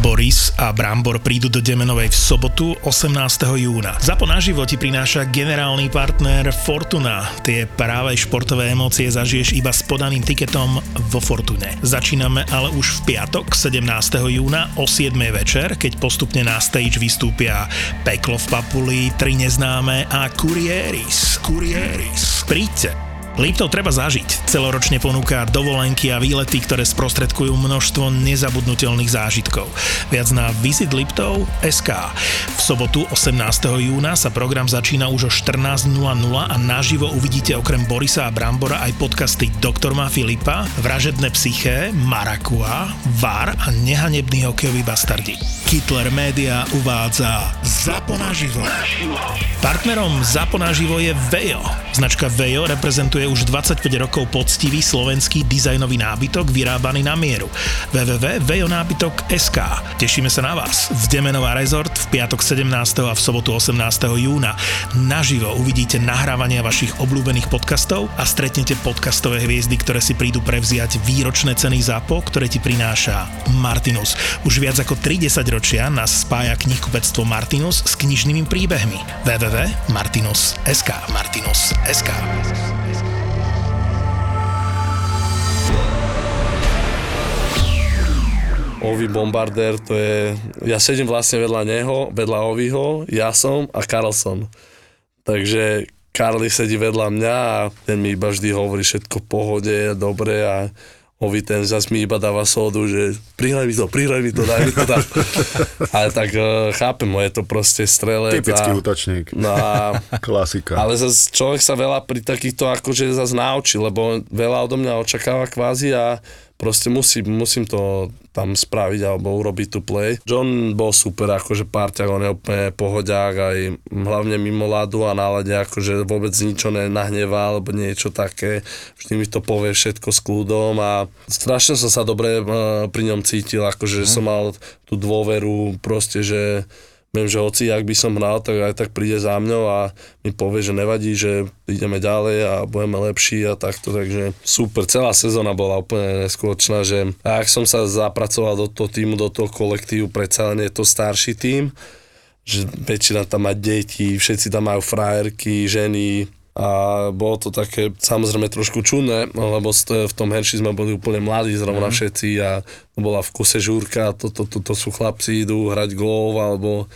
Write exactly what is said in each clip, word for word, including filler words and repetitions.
Boris a Brambor prídu do Demenovej v sobotu osemnásteho júna. Zapo naživo ti prináša generálny partner Fortuna. Tie práve športové emócie zažiješ iba s podaným tiketom vo Fortune. Začíname ale už v piatok sedemnásteho júna o siedmej večer, keď postupne na stage vystúpia Peklo v Papuli, Tri neznáme a Kurieris. Kurieris. Príďte. Liptov treba zažiť. Celoročne ponúka dovolenky a výlety, ktoré sprostredkujú množstvo nezabudnutelných zážitkov. Viac na visit liptov bodka es ká. V sobotu osemnásteho júna sa program začína už o štrnásť nula nula a naživo uvidíte okrem Borisa a Brambora aj podcasty Doktor má Filipa, Vražedné psyché, Marakua, VAR a Nehanební hokejoví bastardi. Hitler Media uvádza Zapo naživo. Partnerom Zapo naživo je Vejo. Značka Vejo reprezentuje už dvadsaťpäť rokov poctivý slovenský dizajnový nábytok vyrábaný na mieru. w w w bodka vejo nábytok bodka es ká. Tešíme sa na vás v Demenová Resort v piatok sedemnásteho a v sobotu osemnásteho júna. Naživo uvidíte nahrávania vašich obľúbených podcastov a stretnete podcastové hviezdy, ktoré si prídu prevziať výročné ceny ZAPO, ktoré ti prináša Martinus. Už viac ako tri desaťročia nás spája knihkupectvo Martinus s knižnými príbehmi. w w w bodka martinus bodka es ká. Martinus bodka es ká. Ovi Bombardér, to je, ja sedím vlastne vedľa neho, vedľa Oviho, ja som a Karlsson. Takže Karli sedí vedľa mňa a ten mi iba vždy hovorí všetko v pohode, dobre a Ovi ten zase mi iba dáva sódu, že prihraj mi to, prihraj mi to, daj mi to tam. Ale tak chápem, je to proste strelec. Typický útočník. No a, klasika. Ale zase človek sa veľa pri takýchto akože zase naučí, lebo veľa odo mňa očakáva kvázi a proste musím, musím to tam spraviť alebo urobiť tu play. John bol super, akože parťák, on je úplne pohodiák, aj hlavne mimo ľadu a nálade, akože vôbec ničo nenahnevá alebo niečo také. Vždy mi to povie všetko s kľudom a strašne som sa dobre pri ňom cítil, akože mm. som mal tú dôveru proste, že viem, že hoci, ak by som hral, tak aj tak príde za mňou a mi povie, že nevadí, že ideme ďalej a budeme lepší a takto, takže super. Celá sezóna bola úplne neskutočná, že ak som sa zapracoval do toho týmu, do toho kolektívu, predsa len je to starší tím, že väčšina tam má deti, všetci tam majú frajerky, ženy a bolo to také samozrejme trošku čudné, lebo v tom herši sme boli úplne mladí zrovna mm. všetci a bola v kuse žúrka, to, to, to, to sú chlapci, idú hrať golf alebo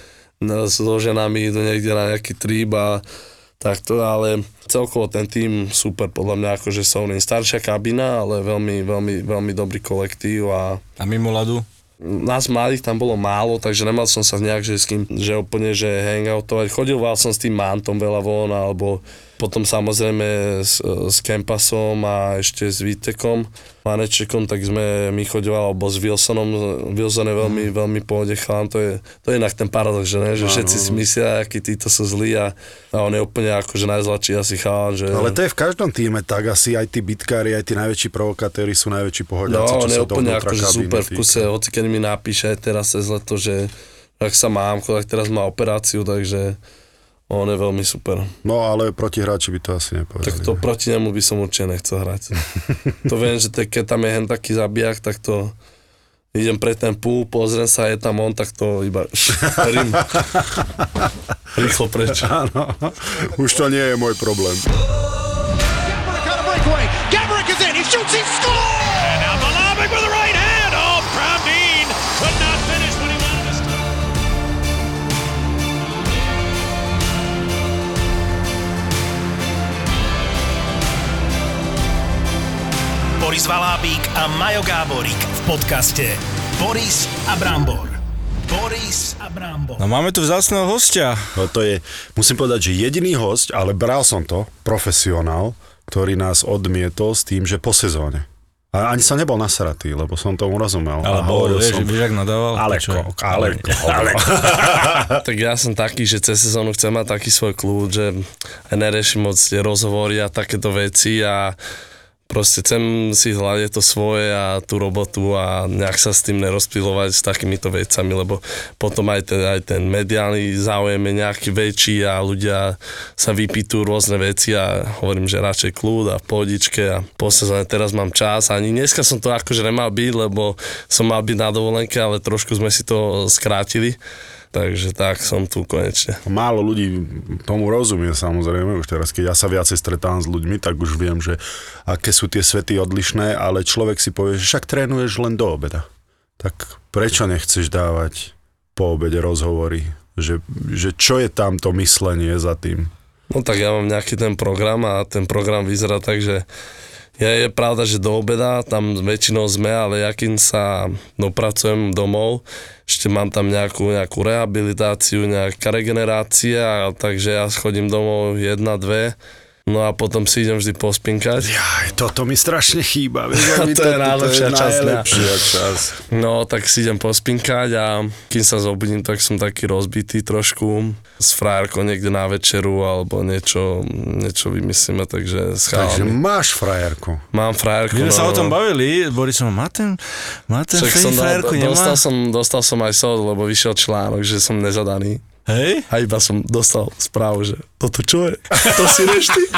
so ženami idú niekde na nejaký trip a takto, ale celkovo ten tým super podľa mňa, akože sú staršia kabina, ale veľmi, veľmi, veľmi dobrý kolektív a... A mimo ľadu? Nás mladých tam bolo málo, takže nemal som sa nejak, že s kým, že úplne, že hangoutovať. Chodil som s tým Mantom veľa von, alebo potom samozrejme s, s Kempasom a ešte s Vítekom, Manečekom, tak sme my chodili, alebo s Wilsonom. Wilson je veľmi, mm. veľmi pohode chlán, to je, to je inak ten paradox, že, ne? Že no, všetci no. si myslia, akí títo sú zlí a, a on je úplne akože najzladší asi chlán. Že... Ale to je v každom týme tak, asi aj tí bitkári, aj tí najväčší provokatéri sú najväčší pohodiaci, no, čo on je sa úplne akože super v kuse, hoci keď mi napíše teraz cez leto, že ak sa mám, tak teraz má operáciu, takže on je veľmi super. No ale proti hráči by to asi nepovedali. Tak to proti nemu by som určite nechcel hrať. To viem, že te, keď tam je hen taký zabijak, tak to idem pre ten púl, pozriem sa, je tam on, tak to iba rým. Rýchlo preč. Áno, už to nie je môj problém. Gaborik is in, he shoots, he scores! And now Malavik with the right hand. Oh, Pravdeen could not finish when he wanted to stop. Boris Valábík a Majo Gáborík v podcaste Boris a Brambor. Boris a Brambor. No máme tu vzácneho hostia. No to je, musím povedať, že jediný hosť, ale bral som to, profesionál, ktorý nás odmietol s tým, že po sezóne. A ani som nebol nasratý, lebo som tomu rozumel. Ale bol, vieš, som... vieš, ak nadával? Aleko, Aleko, Aleko. Tak ja som taký, že cez sezónu chcem mať taký svoj kľúč, že nereším moc rozhovory a takéto veci a proste chcem si hľadať to svoje a tú robotu a nejak sa s tým nerozptýlovať s takýmito vecami, lebo potom aj ten, aj ten mediálny záujem je nejaký väčší a ľudia sa vypýtujú rôzne veci a hovorím, že radšej kľud a v pohodičke a po sezóne teraz mám čas. Ani dneska som to akože nemal byť, lebo som mal byť na dovolenke, ale trošku sme si to skrátili. Takže tak, som tu konečne. Málo ľudí tomu rozumie, samozrejme, už teraz, keď ja sa viacej stretávam s ľuďmi, tak už viem, že aké sú tie svety odlišné, ale človek si povie, že však trénuješ len do obeda. Tak prečo nechceš dávať po obede rozhovory? Že, že čo je tam to myslenie za tým? No tak ja mám nejaký ten program a ten program vyzerá tak, že je, je pravda, že do obeda tam väčšinou sme, ale ja kým sa dopracujem domov, ešte mám tam nejakú, nejakú rehabilitáciu, nejaká regenerácia, takže ja chodím domov jedna, dve, no a potom si idem vždy pospinkať. Jaj, toto mi strašne chýba. Vieš, to, to je najlepšia časť. čas. No, tak si idem pospinkať a kým sa zobudím, tak som taký rozbitý trošku. S frajerkou niekde na večeru alebo niečo, niečo vymyslíme, takže s chalami. Takže máš frajerku. Mám frajerku. My sme no, sa o tom bavili, Borisom, má ten, má ten fej frajerku, do, nemá? Dostal som, dostal som aj sód, lebo vyšiel článok, že som nezadaný. Hej? A iba som dostal správu, že toto čo je? To si rieš ty?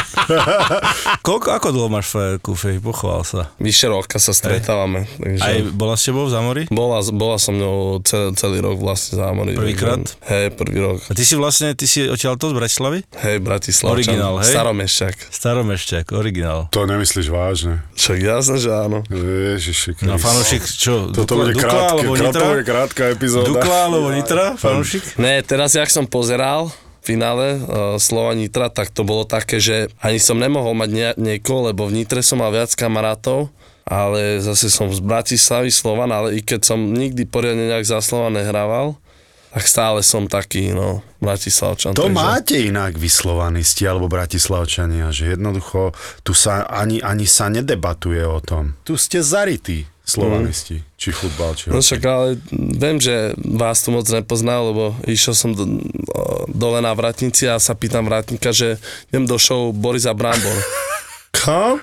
Koľko, ako dlho máš frajerku, Fej? Pochvál sa. Vyše roka sa stretávame. Takže... Aj bola s tebou v Zámori? Bola, bola som ňou celý, celý rok vlastne v Zámori. Prvýkrát? Hej, prvý rok. A ty si vlastne, ty si odtiaľto z Bratislavy? Hej, Bratislavčan. Originál, hej? Staromešťak. Staromešťak, originál. To nemyslíš vážne. Však jasné, že áno. Ježiši Kriste. No fanúšik, čo? Toto Dukla, bude Dukla krátke, alebo krátko Nitra? bude krátka epizóda. Dukla alebo Nitra, fanúšik? Ne, teraz, jak som pozeral v finále uh, Slova Nitra, tak to bolo také, že ani som nemohol mať nie, niekoho, lebo v Nitre som mal viac kamarátov, ale zase som z Bratislavy Slovan, ale i keď som nikdy poriadne nejak za Slovan nehrával, tak stále som taký, no, Bratislavčan. To takže... máte inak vyslovanisti alebo Bratislavčania, že jednoducho tu sa ani, ani sa nedebatuje o tom. Tu ste zarytí slovanisti, mm. či futbal, či No však ale viem, že vás tu moc nepoznal, lebo išiel som do, dole na Vratnici a sa pýtam Vratníka, že idem do show Borisa Brambor. Kam?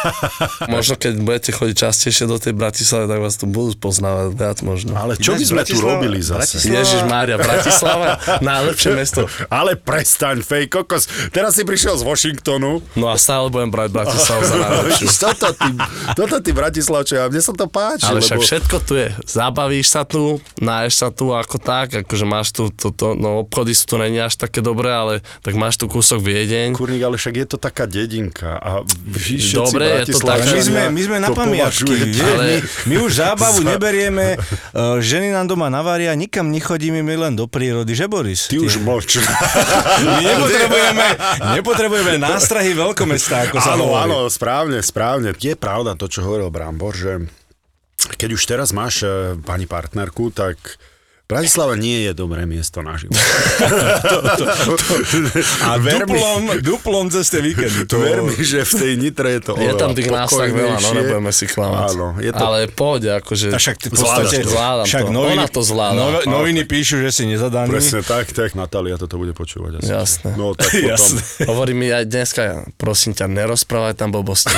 Možno keď budete chodiť častejšie do tej Bratislavy, tak vás tu budú poznávať viac možno. Ale čo by sme tu robili zase? Ježišmária, Bratislava, najlepšie mesto. Ale prestaň, fej, kokos. Teraz si prišiel z Washingtonu. No a stále budem brať Bratislavu za najlepšiu. toto ty, toto ty Bratislavčania, mne sa to páči. Ale však lebo... všetko tu je. Zabavíš sa tu, náješ sa tu ako tak, akože máš tu, to, to, no obchody sú tu není až také dobré, ale tak máš tu kúsok Viedeň. Kurník, ale však je to taká dedinka a všetci Dobre, je to tak, My sme, my sme na pamiatky, ale... my, my už zábavu neberieme, uh, ženy nám doma navaria, nikam nechodíme, my len do prírody, že Boris? Ty, ty už moč. My nepotrebujeme, nepotrebujeme nástrahy veľkomesta, ako sa áno, hovorí. áno, správne, správne. Je pravda to, čo hovoril Brambor, že keď už teraz máš uh, pani partnerku, tak Bratislava nie je dobré miesto na život. to, to, to. A duplom, duplom cez tie víkendy. To ver mi, že v tej Nitre je to je tam tých nástrah veľa, no nebudeme si klamať. Áno, je to... Ale pohode, akože... A však ty v podstate... Zvládam však to. noviny, Ona to zvláda. Nov, noviny píšu, že si nezadaný. Presne tak, tak Natália toto bude počúvať. Asi. Jasné. No tak potom... Jasné. Hovorí mi aj dneska, prosím ťa, nerozprávaj tam blbosti.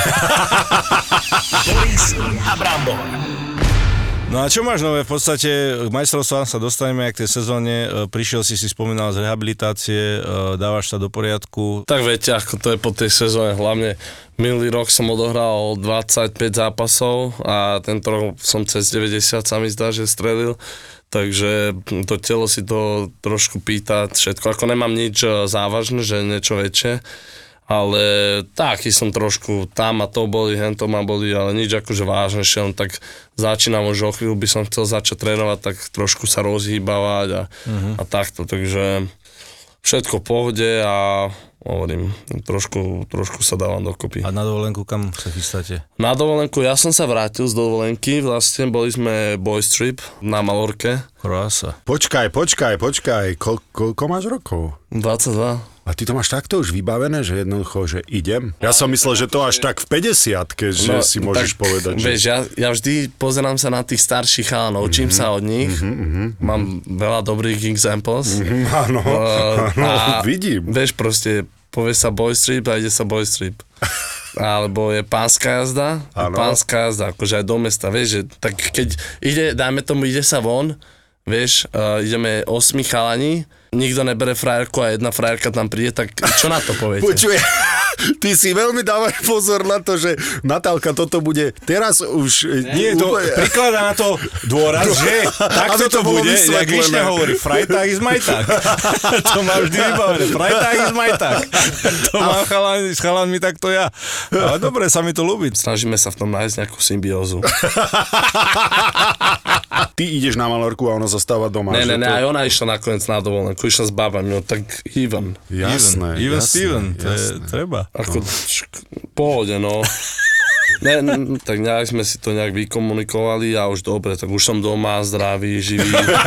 Boris a Brambor. No a čo máš nové? V podstate k majstrovstvám sa dostaneme aj k tej sezóne. Prišiel si, si spomínal z rehabilitácie, dávaš sa do poriadku. Tak viete, ako to je po tej sezóne. Hlavne minulý rok som odohral dvadsaťpäť zápasov a tento rok som cez deväťdesiat sa mi zdá, že strelil. Takže to telo si to trošku pýta všetko. Ako nemám nič závažné, že niečo väčšie. Ale taký som trošku, tam a to boli, hento ma boli, ale nič akože vážnejšie, len tak začínam už o chvíľu, by som chcel začať trénovať, tak trošku sa rozhýbavať a, uh-huh. a takto, takže všetko v pohode a hovorím, trošku, trošku sa dávam dokopy. A na dovolenku kam sa chystáte? Na dovolenku, ja som sa vrátil z dovolenky, vlastne boli sme boys trip na Malorke. Krása. Počkaj, počkaj, počkaj, Ko, koľko máš rokov? dvadsaťdva. A ty to máš takto už vybavené, že jednoducho, že idem? Ja som myslel, že to až tak v päťdesiatke, že no, si môžeš tak, povedať, že... Vieš, ja, ja vždy pozerám sa na tých starších chalanov, učím mm-hmm, sa od nich, mm-hmm, mám veľa dobrých examples. Mm-hmm, áno, uh, áno, a vidím. Vieš, proste povie sa boys trip a ide sa boys trip. alebo je pánska jazda, Áno. pánska jazda, akože aj do mesta, vieš, že tak keď ide, dajme tomu, ide sa von, vieš, uh, ideme osmi chalani, nikto nebere frajerku a jedna frajerka tam príde, tak čo na to poviete? Počuje, ty si veľmi dávaš pozor na to, že Natálka toto bude teraz už... Nie, to úplne... prikladá na to dôraz, že takto Aby to to bolo bude, jak vysvetlené. Višňa hovorí, Freitag is my tag. To má vždy vybavené, Freitag is my tag. To mám chalan, s chalanmi takto ja. Ale dobre, sa mi to ľúbi. Snažíme sa v tom nájsť nejakú symbiózu. Ty ideš na Malorku a ona zostáva doma. Ne, že ne, ne, to... aj ona išla nakoniec na dovolenku, išla s babami, no tak even. Jasné, Even jasné, Steven, to je jasné. treba. Ako, šk- pohode, no. Ne, ne, tak nejak sme si to nejak vykomunikovali a už dobre, tak už som doma, zdravý, živý.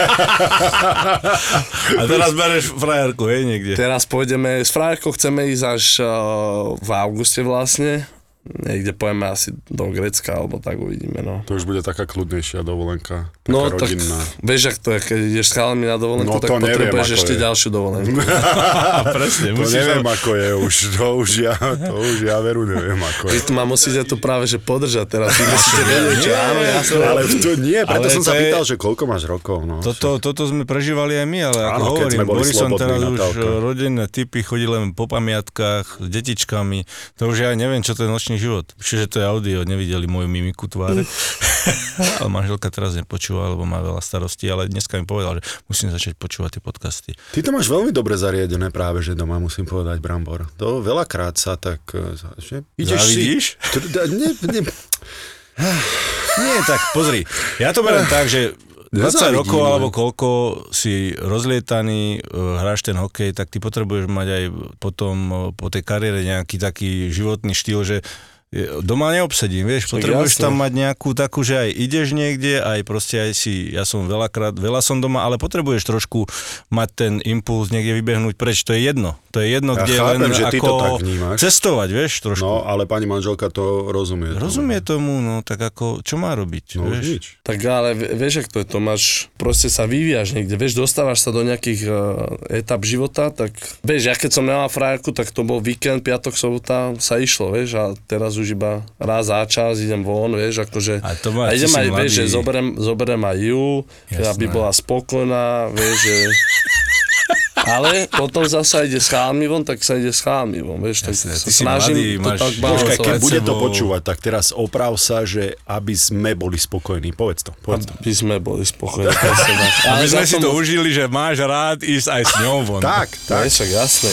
A teraz bereš frajerku, hej, niekde. Teraz pôjdeme, s frajerkou chceme ísť až uh, v auguste vlastne. Niekde pojeme asi do Grécka, alebo tak uvidíme, no. To už bude taká kľudnejšia dovolenka. Taká No tak, rodinná. vieš, ak to je, keď ideš s chalami na dovolenku, No, tak to neviem, potrebuješ ako ešte je. ďalšiu dovolenku. Presne, To musíš neviem, sa... ako je už, to už ja, to už ja veru neviem, ako je. Vy tu ma musíte tu práve že podržať teraz, vy musíte vedieť, čo áno, ja som... Ale to nie, preto Ale som to sa je- pýtal, že koľko máš rokov, no. Toto, toto sme prežívali aj my, ale ako Áno, keď hovorím, sme boli Borisom slobodní, teraz už Natálka. rodinné typy, chodí len po pamiatkách s detičkami, to už ja neviem, čo to je nočný život. Čiže to je audio, nevideli moju mimiku tváre. Ale manželka teraz nepočúva, lebo má veľa starostí, ale dneska mi povedal, že musím začať počúvať tie podcasty. Ty to máš veľmi dobre zariadené práve, že doma, musím povedať, Brambor. To veľakrát sa tak... Že, Závidíš? Si, to, ne, ne, Nie, tak pozri, ja to beriem tak, že dvadsať Nezávidím, rokov ale- alebo koľko si rozlietaný, e, hráš ten hokej, tak ty potrebuješ mať aj potom e, po tej kariére nejaký taký životný štýl, že e, doma neobsedím, vieš, potrebuješ jasné. tam mať nejakú takú, že aj ideš niekde, aj proste aj si, ja som veľakrát, veľa som doma, ale potrebuješ trošku mať ten impuls niekde vybehnúť preč, to je jedno. To je jedno, Ja kde len chápem, že ty to tak ako vnímaš. cestovať, vieš, trošku. no, ale pani manželka to rozumie. Rozumie tomu, no tak ako, čo má robiť, No, vieš? nič. Tak ale v- vieš, ak to je, to máš, proste sa vyvíjaš niekde, vieš, dostávaš sa do nejakých uh, etap života, tak vieš, ja keď som nemal frajerku, tak to bol víkend, piatok, sobota, sa išlo, vieš, a teraz už iba raz za čas idem von, vieš, akože, A to má- a idem ty si aj, vieš, mladý. že zoberem, zoberem aj ju, Jasné. aby bola spokojná, vieš, že... Ale potom zasa ide s chalmi von, tak sa ide s chalmi von, vieš, tak Jasné, sa ty si snažím mladý, to máš- tak Počkaj, balancovať. keď pred bude to sebou- počúvať, tak teraz oprav sa, že aby sme boli spokojní. Povedz to, povedz to. Aby sme boli spokojní. presne tak. Aby sme za si to mu- užili, že máš rád ísť aj s ňou von. Tak, tak. Vieš, však jasné.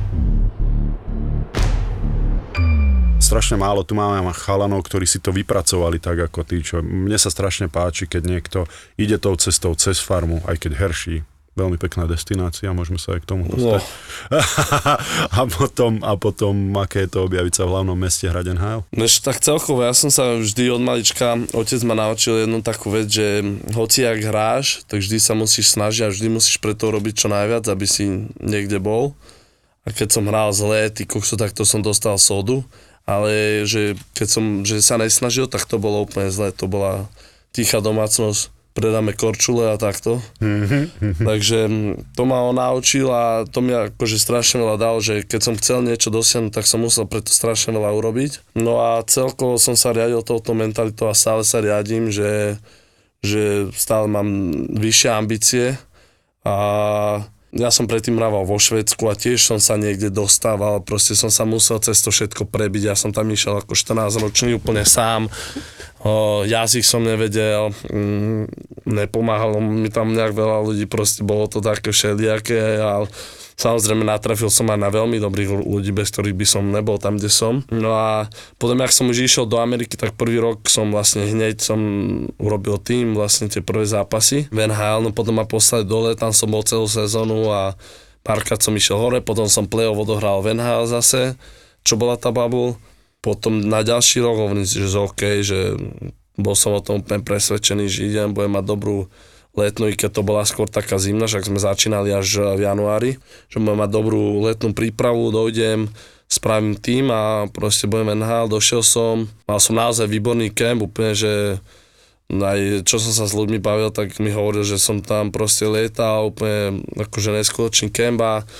Strašne málo tu máme chalanov, ktorí si to vypracovali tak ako tí, čo mne sa strašne páči, keď niekto ide tou cestou cez farmu, aj keď herší. Veľmi pekná destinácia, môžeme sa aj k tomu dostať. No. a, potom, a potom, aké je to objaviť sa v hlavnom meste hrať en há el? No tak celkovo, ja som sa vždy od malička, otec ma naučil jednu takú vec, že hoci ak hráš, tak vždy sa musíš snažiť a vždy musíš pre to robiť čo najviac, aby si niekde bol. A keď som hral zle, ty kokso, tak to som dostal sodu, ale že keď som že sa nesnažil, tak to bolo úplne zle, to bola tichá domácnosť, predáme korčule a takto. Takže to ma on naučil a to mi akože strašne veľa dal, že keď som chcel niečo dosiahnuť, tak som musel preto strašne veľa urobiť. No a celkovo som sa riadil touto mentalitou a stále sa riadím, že, že stále mám vyššie ambície a ja som predtým hrával vo Švédsku a tiež som sa niekde dostával, proste som sa musel cez to všetko prebiť, ja som tam išiel ako štrnásťročný úplne sám, o, jazyk som nevedel, mm, nepomáhalo mi tam nejak veľa ľudí, proste bolo to také všelijaké, ale samozrejme natrafil som aj na veľmi dobrých ľudí, bez ktorých by som nebol tam, kde som. No a potom, ak som už išiel do Ameriky, tak prvý rok som vlastne hneď som urobil tým, vlastne tie prvé zápasy v en há el, no potom ma poslali dole, tam som bol celú sezónu a párkrát som išiel hore, potom som play-off odohral v en há el zase, čo bola tá bubble. Potom na ďalší rok hovorím si, že OK, že bol som o tom úplne presvedčený, že idem, budem mať dobrú letnú, i keď to bola skôr taká zimná, však sme začínali až v januári, že budem mať dobrú letnú prípravu, dojdem, spravím tým a proste budem en há el, došiel som, mal som naozaj výborný kemp, úplne, že aj čo som sa s ľuďmi bavil, tak mi hovoril, že som tam proste lietal, úplne akože neskutočný kemp a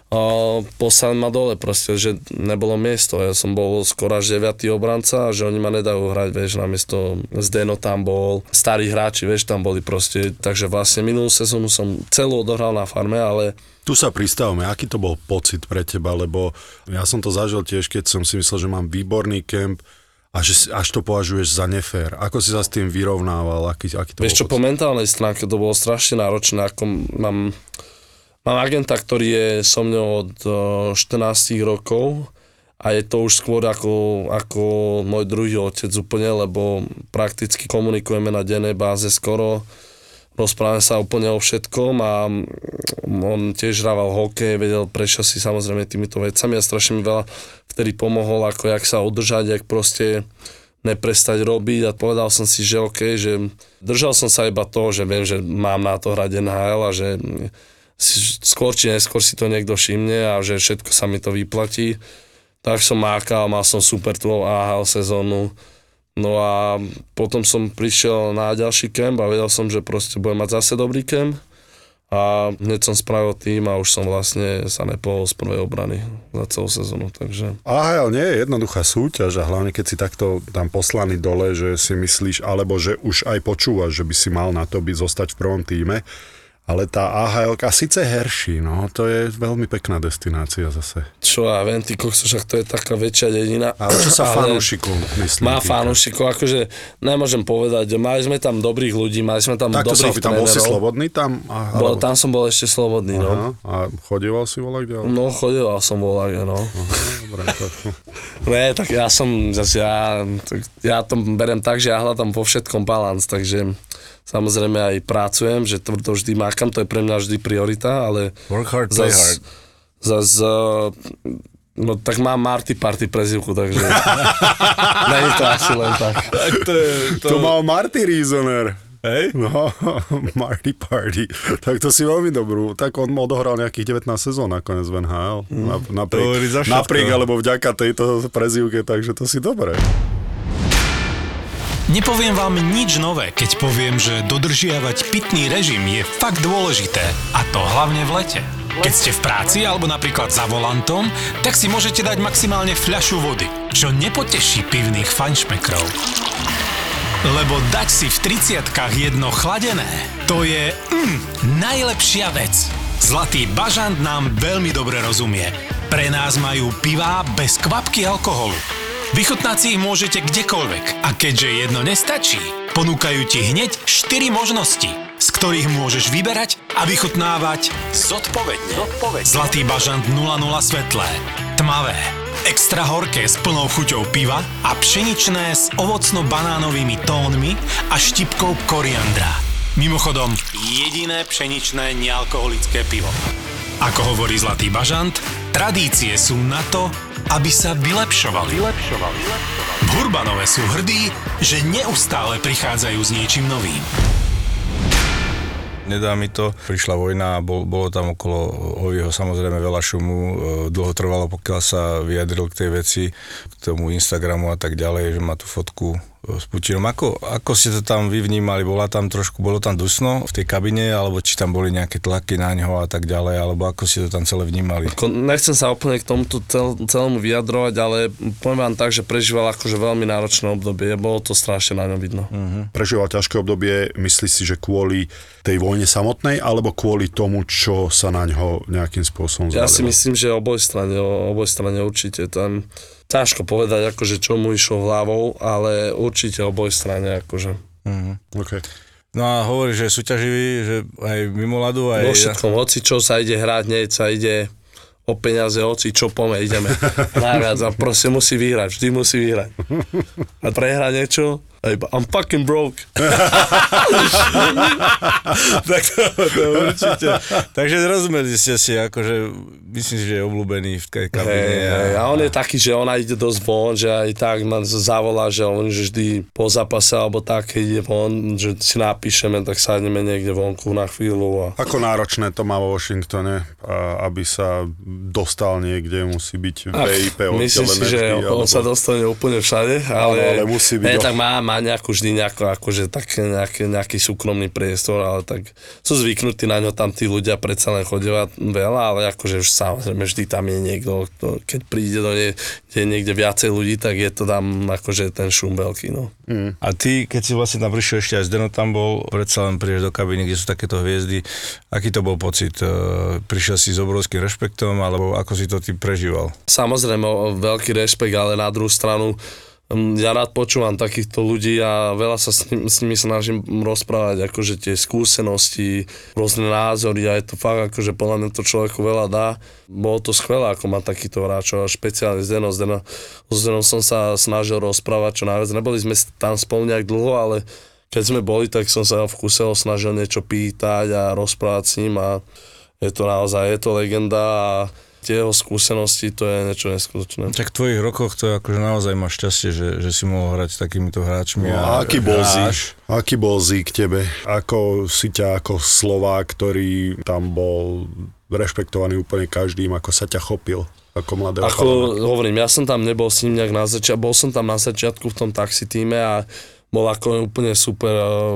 poslali ma dole proste, že nebolo miesto. Ja som bol skoro až deviatý obranca a že oni ma nedajú hrať, vieš, namiesto Zdeno tam bol, starí hráči, vieš, tam boli proste. Takže vlastne minulú sezónu som celú odohral na farme, ale tu sa pristavme, aký to bol pocit pre teba, lebo ja som to zažil tiež, keď som si myslel, že mám výborný kemp a že až to považuješ za nefér. Ako si sa s tým vyrovnával? Aký, aký to vieš čo, bol pocit? Po mentálnej stránke to bolo strašne náročné, ako mám... Mám agenta, ktorý je so mnou od štrnásť rokov a je to už skôr ako, ako môj druhý otec úplne, lebo prakticky komunikujeme na dennej báze skoro, rozprávame sa úplne o všetkom a on tiež hrával hokej, vedel prečo si samozrejme týmito vecami a strašne mi veľa vtedy pomohol, ako jak sa udržať, jak proste neprestať robiť a povedal som si, že OK, že držal som sa iba toho, že viem, že mám na to hrať en há el a že skôr či neskôr si to niekto všimne a že všetko sa mi to vyplatí. Tak som mákal, mal som super tú á há el sezónu. No a potom som prišiel na ďalší kemp a vedel som, že proste budem mať zase dobrý kemp. A hneď som spravil tým a už som vlastne sa nepohol z prvej obrany za celú sezónu, takže... á há el nie je jednoduchá súťaž a hlavne keď si takto tam poslaný dole, že si myslíš, alebo že už aj počúvaš, že by si mal na to byť zostať v prvom tíme. Ale tá á há elka síce herší, no, to je veľmi pekná destinácia zase. Čo ja viem, ty kokso, však to je taká väčšia dedina. Ale čo sa fanúšikov myslí? Má fanúšikov, akože nemôžem povedať, mali sme tam dobrých ľudí, mali sme tam tak dobrých trénerov. Tak to sa bol si slobodný tam? A, bol, tam som bol ešte slobodný, aha, no. A chodieval si volať ďalej? No, chodieval som volať, no. Aha, dobre, tak. Nie, tak ja som, zase ja, tak ja to berem tak, že ja hľadám vo všetkom balans, takže... Samozrejme aj pracujem, že to, to vždy mákam, to je pre mňa vždy priorita, ale... Work hard, play hard. Zas, no tak mám Marty Party prezivku, takže... Není to asi len tak. tak to, je, to... to mal Marty Riesoner. Hej? No, Marty Party. Tak to si veľmi dobrú. Tak on odohral nejakých devätnásť sezón nakoniec v en há el. Mm. Napriek, napriek alebo vďaka tejto prezivke, takže to si dobre. Nepoviem vám nič nové, keď poviem, že dodržiavať pitný režim je fakt dôležité. A to hlavne v lete. Keď ste v práci alebo napríklad za volantom, tak si môžete dať maximálne fľašu vody, čo nepoteší pivných fajnšmekrov. Lebo dať si v tridsiatkách jedno chladené, to je mm, najlepšia vec. Zlatý bažant nám veľmi dobre rozumie. Pre nás majú pivá bez kvapky alkoholu. Vychutnať si ich môžete kdekoľvek a keďže jedno nestačí, ponúkajú ti hneď štyri možnosti, z ktorých môžeš vyberať a vychutnávať zodpovedne. zodpovedne. Zlatý bažant nula nula svetlé, tmavé, extra horké s plnou chuťou piva a pšeničné s ovocno-banánovými tónmi a štipkou koriandra. Mimochodom, jediné pšeničné nealkoholické pivo. Ako hovorí Zlatý bažant, tradície sú na to, aby sa vylepšovali. vylepšovali. V Hurbanove sú hrdí, že neustále prichádzajú s niečím novým. Nedá mi to. Prišla vojna a bol, bolo tam okolo Oviho samozrejme veľa šumu. Dlho trvalo, pokiaľ sa vyjadril k tej veci, k tomu Instagramu a tak ďalej, že má tú fotku s Putinom. Ako, ako ste to tam vy vnímali? Bola tam trošku, bolo tam dusno v tej kabine, alebo či tam boli nejaké tlaky na ňo a tak ďalej, alebo ako ste to tam celé vnímali? Nechcem sa úplne k tomuto cel, celému vyjadrovať, ale poviem vám tak, že prežíval akože veľmi náročné obdobie. Bolo to strašne na ňom vidno. Uh-huh. Prežíval ťažké obdobie, myslíš si, že kvôli tej vojne samotnej, alebo kvôli tomu, čo sa na ňo nejakým spôsobom zvalilo? Ja si myslím, že oboj strane, oboj strane určite. Tam ťažko povedať, akože čo mu išlo hlavou, ale určite oboj strane, akože. Uh-huh. Okay. No a hovorí, že je súťaživý, že aj mimo ľadu, aj... Vo všetkom, hoci čo sa ide hrať, nie sa ide o peniaze, hoci čo pome, ideme najviac a proste musí vyhrať, vždy musí vyhrať. A prehra niečo, I'm fucking broke. Tak to, to určite. Takže rozumeli ste si, akože myslím si, že je obľúbený v tej kabine. Hey, a... Hey, a on je taký, že ona ide dosť von, že aj tak ma zavolá, že on že vždy po zápase alebo tak, keď ide von, že si napíšeme, tak sadneme niekde vonku na chvíľu. A... Ako náročné to má vo Washingtone, aby sa dostal niekde, musí byť vé í pé oddelené. Myslím si, že on, on sa dostane úplne všade, ale, ale musí byť hey, o... tak má má nejakú vždy nejako, akože tak nejaký, nejaký súkromný priestor, ale tak sú zvyknutí na ňo tam tí ľudia predsa len chodia veľa, ale akože už samozrejme vždy tam je niekto, kto, keď príde do nie, kde niekde viacej ľudí, tak je to tam akože ten šum veľký, no. Mm. A ty, keď si vlastne tam prišiel, ešte aj Zdeno tam bol, predsa len prídeš do kabíny, kde sú takéto hviezdy, aký to bol pocit? Prišiel si s obrovským rešpektom, alebo ako si to ty prežíval? Samozrejme, veľký rešpekt, ale na druhú stranu ja rád počúvam takýchto ľudí a veľa sa s, ním, s nimi snažím rozprávať, akože tie skúsenosti, rôzne názory a je to fakt, akože podľa mňa to človeku veľa dá. Bolo to skvelé, ako má takýchto hráčov, špeciálne Zdeno. Zdeno. S Zdenom som sa snažil rozprávať čo najviac. Neboli sme tam spolu nejak dlho, ale keď sme boli, tak som sa v kuse snažil niečo pýtať a rozprávať s ním a je to naozaj, je to legenda a tie jeho skúsenosti, to je niečo neskutočné. Tak v tvojich rokoch to akože naozaj máš šťastie, že, že si mohol hrať s takýmito hráčmi. No, a aký bol Zik? Aký bol Zik tebe? Ako si ťa ako Slovák, ktorý tam bol rešpektovaný úplne každým, ako sa ťa chopil? Ako mladého Ako chalana? Hovorím, ja som tam nebol s ním nejak na začiatku, bol som tam na začiatku v tom taxi týme a bol ako úplne super,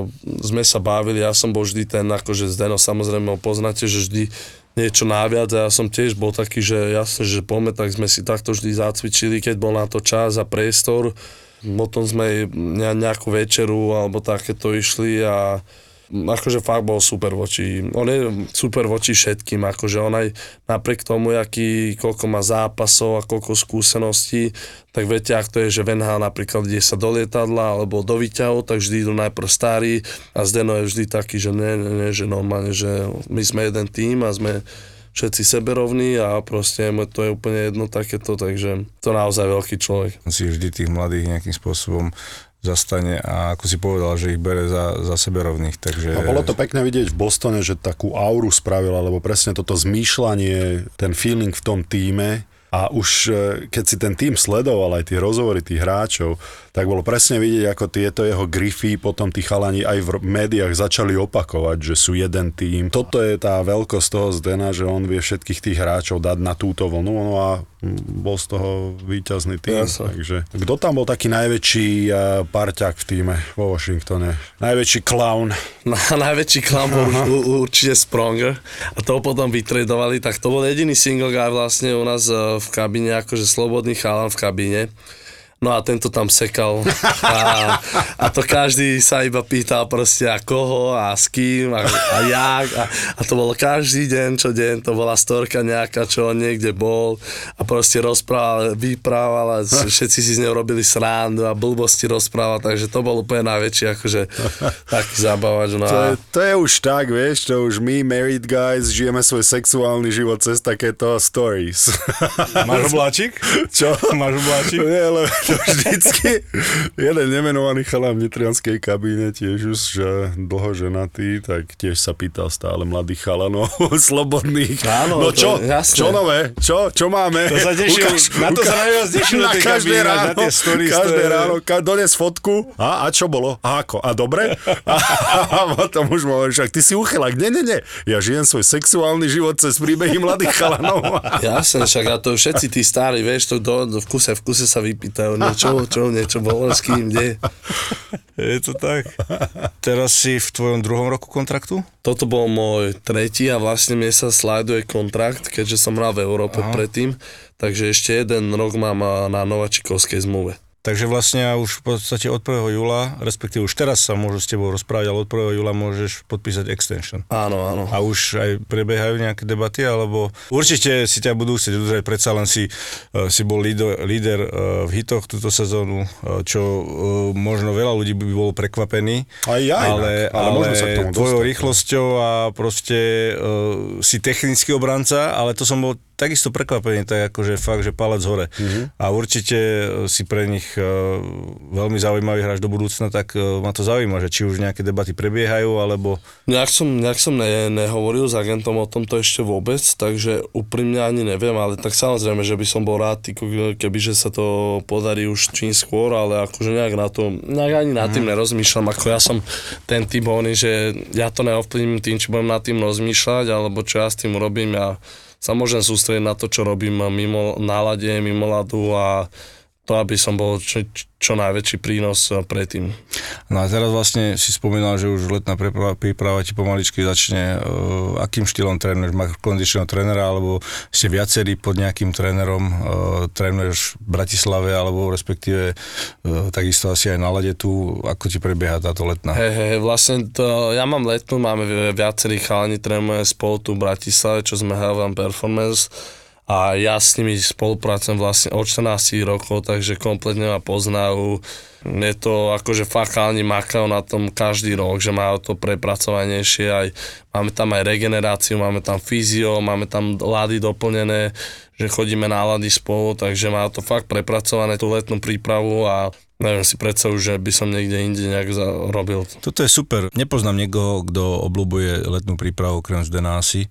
sme sa bavili, ja som bol vždy ten, akože Zdeno, samozrejme ho poznáte, že vždy niečo naviac a ja som tiež bol taký, že jasne, že poďme, tak sme si takto vždy zacvičili, keď bol na to čas a priestor. Potom sme nejakú večeru alebo takéto išli a akože fakt bol super voči, on je super voči všetkým, akože on aj napriek tomu, aký, koľko má zápasov a koľko skúseností, tak viete, ak to je, že V N H napríklad ide sa do lietadla alebo do výťahov, tak vždy idú najprv starí a Zdeno je vždy taký, že ne, ne, ne, že normálne, že my sme jeden tím a sme všetci seberovní a proste to je úplne jedno takéto, takže to je naozaj veľký človek. On si vždy tých mladých nejakým spôsobom zastane a ako si povedal, že ich bere za, za seberovných, takže... A bolo to pekné vidieť v Bostone, že takú auru spravil, alebo presne toto zmýšľanie, ten feeling v tom tíme a už keď si ten tým sledoval aj tie rozhovory tých hráčov, tak bolo presne vidieť, ako tieto jeho grify potom tí chalani aj v médiách začali opakovať, že sú jeden tým. Toto je tá veľkosť toho Zdena, že on vie všetkých tých hráčov dať na túto vlnu, no a bol z toho víťazný tým. Ja takže kto tam bol taký najväčší parťák v tíme vo Washingtone? Najväčší clown? Na, najväčší clown bol určite Spronger a toho potom vytredovali, tak to bol jediný single guy vlastne u nás v kabíne, akože slobodný chalan v kabíne. No a tento tam sekal a, a to každý sa iba pýtal proste a koho a s kým a, a jak a, a to bolo každý deň, čo deň, to bola storka nejaká, čo on niekde bol a proste rozprával, vyprával a všetci si z neho robili srandu a blbosti rozprával, takže to bol úplne najväčší akože taký zábavač. No to, je, to je už tak, vieš, to už my married guys žijeme svoj sexuálny život cez takéto stories. Máš obláčik? Čo? Máš obláčik? Nie, ale vždycky jeden nemenovaný chalán v nitrianskej kabíne, tiež už dlho ženatý, tak tiež sa pýtal stále mladých chalanov, slobodných. Áno, no čo, čo nové? Čo, čo máme? To sa tešil, ukáž, na to ukáž, sa najviac tešil na tej kabíne, ráno, na tie stories. Každé je... ráno, ka, dones fotku. A, a čo bolo? A ako? A dobre? A, a potom už môžem, však ty si uchylák. Nie, nie, nie. Ja žijem svoj sexuálny život cez príbehy mladých chalanov. Jasne, však a to všetci tí starí, vieš, to do, do v kuse, v kuse sa vypýtajú. Niečo, čo, niečo bolo, s kým, kde. Je to tak. Teraz si v tvojom druhom roku kontraktu? Toto bol môj tretí a vlastne mne sa slajduje kontrakt, keďže som hral v Európe Aha. predtým, takže ešte jeden rok mám na nováčikovskej zmluve. Takže vlastne už v podstate od prvého júla, respektíve už teraz sa môžu s tebou rozprávať, ale od prvého júla môžeš podpísať extension. Áno, áno. A už aj prebiehajú nejaké debaty, alebo určite si ťa budú chcieť udržať, predsa len si, uh, si bol líder, líder uh, v hitoch túto sezónu, uh, čo uh, možno veľa ľudí by bolo prekvapený. Aj ja ale, inak, ale, ale sa k tomu tvojou dostať, rýchlosťou a proste uh, si technický obranca, ale to som bol takisto prekvapenie, tak akože fakt, že palec hore. Mm-hmm. A určite si pre nich uh, veľmi zaujímavý hráč do budúcna, tak uh, ma to zaujíma, že či už nejaké debaty prebiehajú, alebo... Nejak som, nejak som ne, nehovoril s agentom o tomto ešte vôbec, takže úprimne ani neviem, ale tak samozrejme, že by som bol rád, kebyže sa to podarí už čím skôr, ale akože nejak na to, nejak ani nad tým mm. nerozmýšľam, ako ja som ten typ honý, že ja to neovplyvním tým, či budem nad tým rozmýšľať, alebo čo ja s tým urobím, ja sa môžem sústrediť na to, čo robím mimo nálade, mimo ľadu a to, aby som bol čo, čo najväčší prínos pre tým. No a teraz vlastne si spomínal, že už letná príprava, príprava ti pomaličky začne. Uh, akým štýlom trénuješ? Máš kondičného trénera, alebo ste viacerí pod nejakým trénerom? Uh, trénuješ v Bratislave, alebo respektíve uh, takisto asi aj na lade tu. Ako ti prebieha táto letná? Hej, hej, vlastne to, ja mám letnú, máme viacerí chalani, trénujeme spolu tu v Bratislave, čo sme Helvan Performance. A ja s nimi spolupracujem vlastne od štrnásť rokov, takže kompletne ma poznajú. Je to akože fakt chalani makajú na tom každý rok, že majú to prepracovanejšie. Aj, máme tam aj regeneráciu, máme tam fyzio, máme tam lady doplnené, že chodíme na lady spolu, takže má to fakt prepracované tú letnú prípravu a neviem si predstavu, že by som niekde inde nejak robil. Toto je super. Nepoznám niekoho, kto obľúbuje letnú prípravu okrem Zdenási,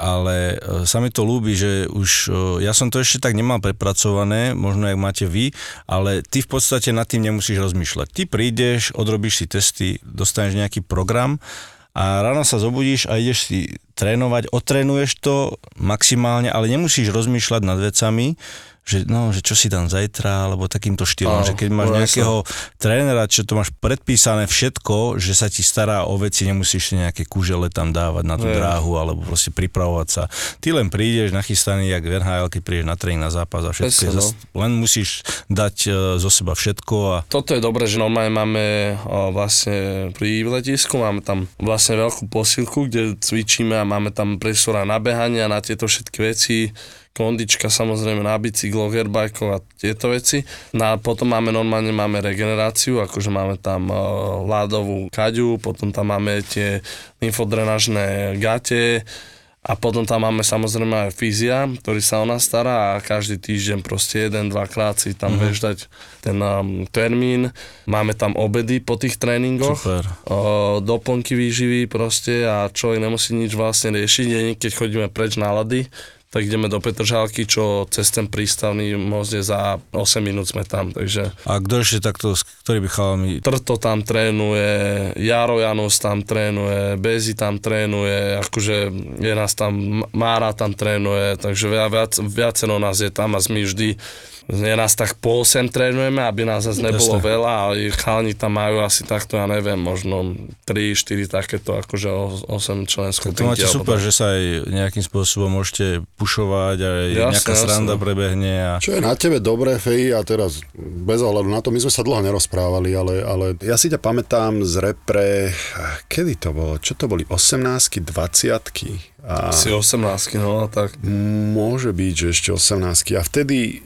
ale sa mi to ľúbi, že už ja som to ešte tak nemal prepracované, možno jak máte vy, ale ty v podstate nad tým nemusíš rozmýšľať. Ty prídeš, odrobíš si testy, dostaneš nejaký program a ráno sa zobudíš a ideš si trénovať, otrénuješ to maximálne, ale nemusíš rozmýšľať nad vecami, že, no, že čo si tam zajtra, alebo takýmto štýlom, že keď máš nejakého trénera, čo to máš predpísané všetko, že sa ti stará o veci, nemusíš si nejaké kúžele tam dávať na tú dráhu, alebo proste pripravovať sa. Ty len prídeš nachystaný, jak v en há el, keď prídeš na tréning, na zápas a všetko. Presne, zas, no. Len musíš dať uh, zo seba všetko. A... Toto je dobré, že normálne máme o, vlastne pri letisku, máme tam vlastne veľkú posilku, kde cvičíme a máme tam priestor na behanie a na tieto všetky veci. Kondička samozrejme na bicykloch, airbikeov a tieto veci. No a potom máme normálne máme regeneráciu, akože máme tam uh, ľadovú kaďu, potom tam máme tie lymfodrenažné gate a potom tam máme samozrejme aj fyzia, ktorý sa o nás stará a každý týždeň proste jeden, dvakrát si tam mm-hmm. vieš dať ten um, termín. Máme tam obedy po tých tréningoch, uh, doplnky výživy proste a človek nemusí nič vlastne riešiť, keď chodíme preč na lady, tak ideme do Petržalky, čo cez ten prístavný most je za osem minút sme tam, takže... A kto ešte takto, ktorý by chalami? Trto tam trénuje, Jaro Janus tam trénuje, Bezi tam trénuje, akože je nás tam, Mára tam trénuje, takže viac, viacero nás je tam a my vždy je nás tak po osem trénujeme, aby nás zase nebolo Jasne. veľa, ale chalani tam majú asi takto, ja neviem, možno tri štyri takéto, akože osem člen skupinky. To máte super, že sa aj nejakým spôsobom môžete pušovať a jasne, nejaká jasne. sranda prebehne. A... Čo je na tebe dobré, Feji, a teraz bez ohľadu na to, my sme sa dlho nerozprávali, ale, ale ja si ťa pamätám z repre, kedy to bolo? Čo to boli? osemnáctky, dvadsiatky? A si osemnáctky, no tak. Môže byť, že ešte osemnáctky. A vtedy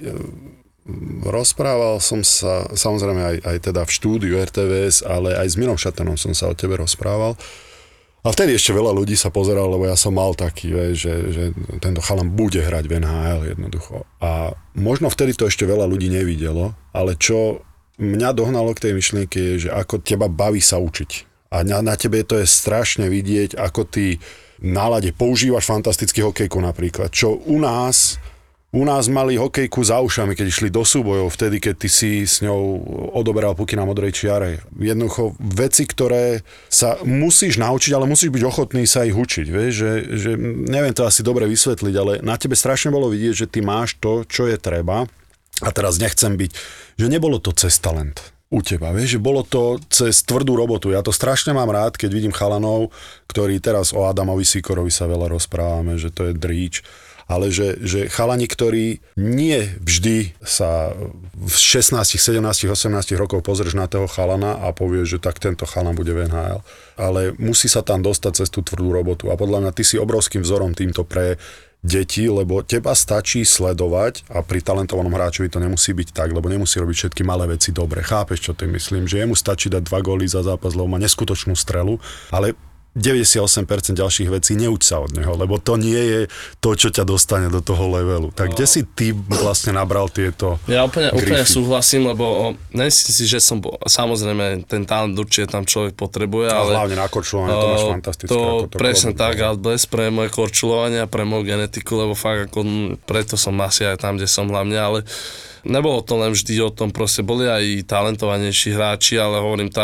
rozprával som sa, samozrejme aj, aj teda v štúdiu er té vé es, ale aj s Mirom Šatanom som sa o tebe rozprával. A vtedy ešte veľa ľudí sa pozeralo, lebo ja som mal taký, že, že tento chalan bude hrať v en há el jednoducho. A možno vtedy to ešte veľa ľudí nevidelo, ale čo mňa dohnalo k tej myšlienke je, že ako teba baví sa učiť. A na, na tebe to je strašne vidieť, ako ty nálade používaš fantastický hokejku napríklad, čo u nás U nás mali hokejku za ušami, keď išli do súbojov, vtedy, keď ty si s ňou odoberal puky na modrej čiare. Jednoducho veci, ktoré sa musíš naučiť, ale musíš byť ochotný sa ich učiť. Vieš? Že, že, neviem to asi dobre vysvetliť, ale na tebe strašne bolo vidieť, že ty máš to, čo je treba. A teraz nechcem byť, že nebolo to cez talent u teba, vieš, že bolo to cez tvrdú robotu. Ja to strašne mám rád, keď vidím chalanov, ktorí teraz o Adamovi Sikorovi sa veľa rozprávame, že to je dríč. Ale že, že chalani, ktorí nie vždy sa v šestnásť, sedemnásť, osemnásť rokov pozrieš na toho chalana a povieš, že tak tento chalan bude v en há el. Ale musí sa tam dostať cez tú tvrdú robotu. A podľa mňa ty si obrovským vzorom týmto pre deti, lebo teba stačí sledovať a pri talentovanom hráčovi to nemusí byť tak, lebo nemusí robiť všetky malé veci dobre. Chápeš, čo tým myslím? Že jemu stačí dať dva góly za zápas, lebo má neskutočnú strelu, ale deväťdesiatosem percent ďalších vecí neuč sa od neho, lebo to nie je to, čo ťa dostane do toho levelu. Tak kde si ty vlastne nabral tieto Ja úplne, grify? úplne súhlasím, lebo nemyslím si, že som, samozrejme, ten talent určite tam človek potrebuje, ale... A hlavne na korčulovanie, to máš fantastické. To, to presne klobúk, tak, ale bez pre moje korčulovanie a pre moju genetiku, lebo fakt ako, preto som asi aj tam, kde som hlavne, ale nebolo to len vždy o tom, proste boli aj talentovanejší hráči, ale hovorím, tá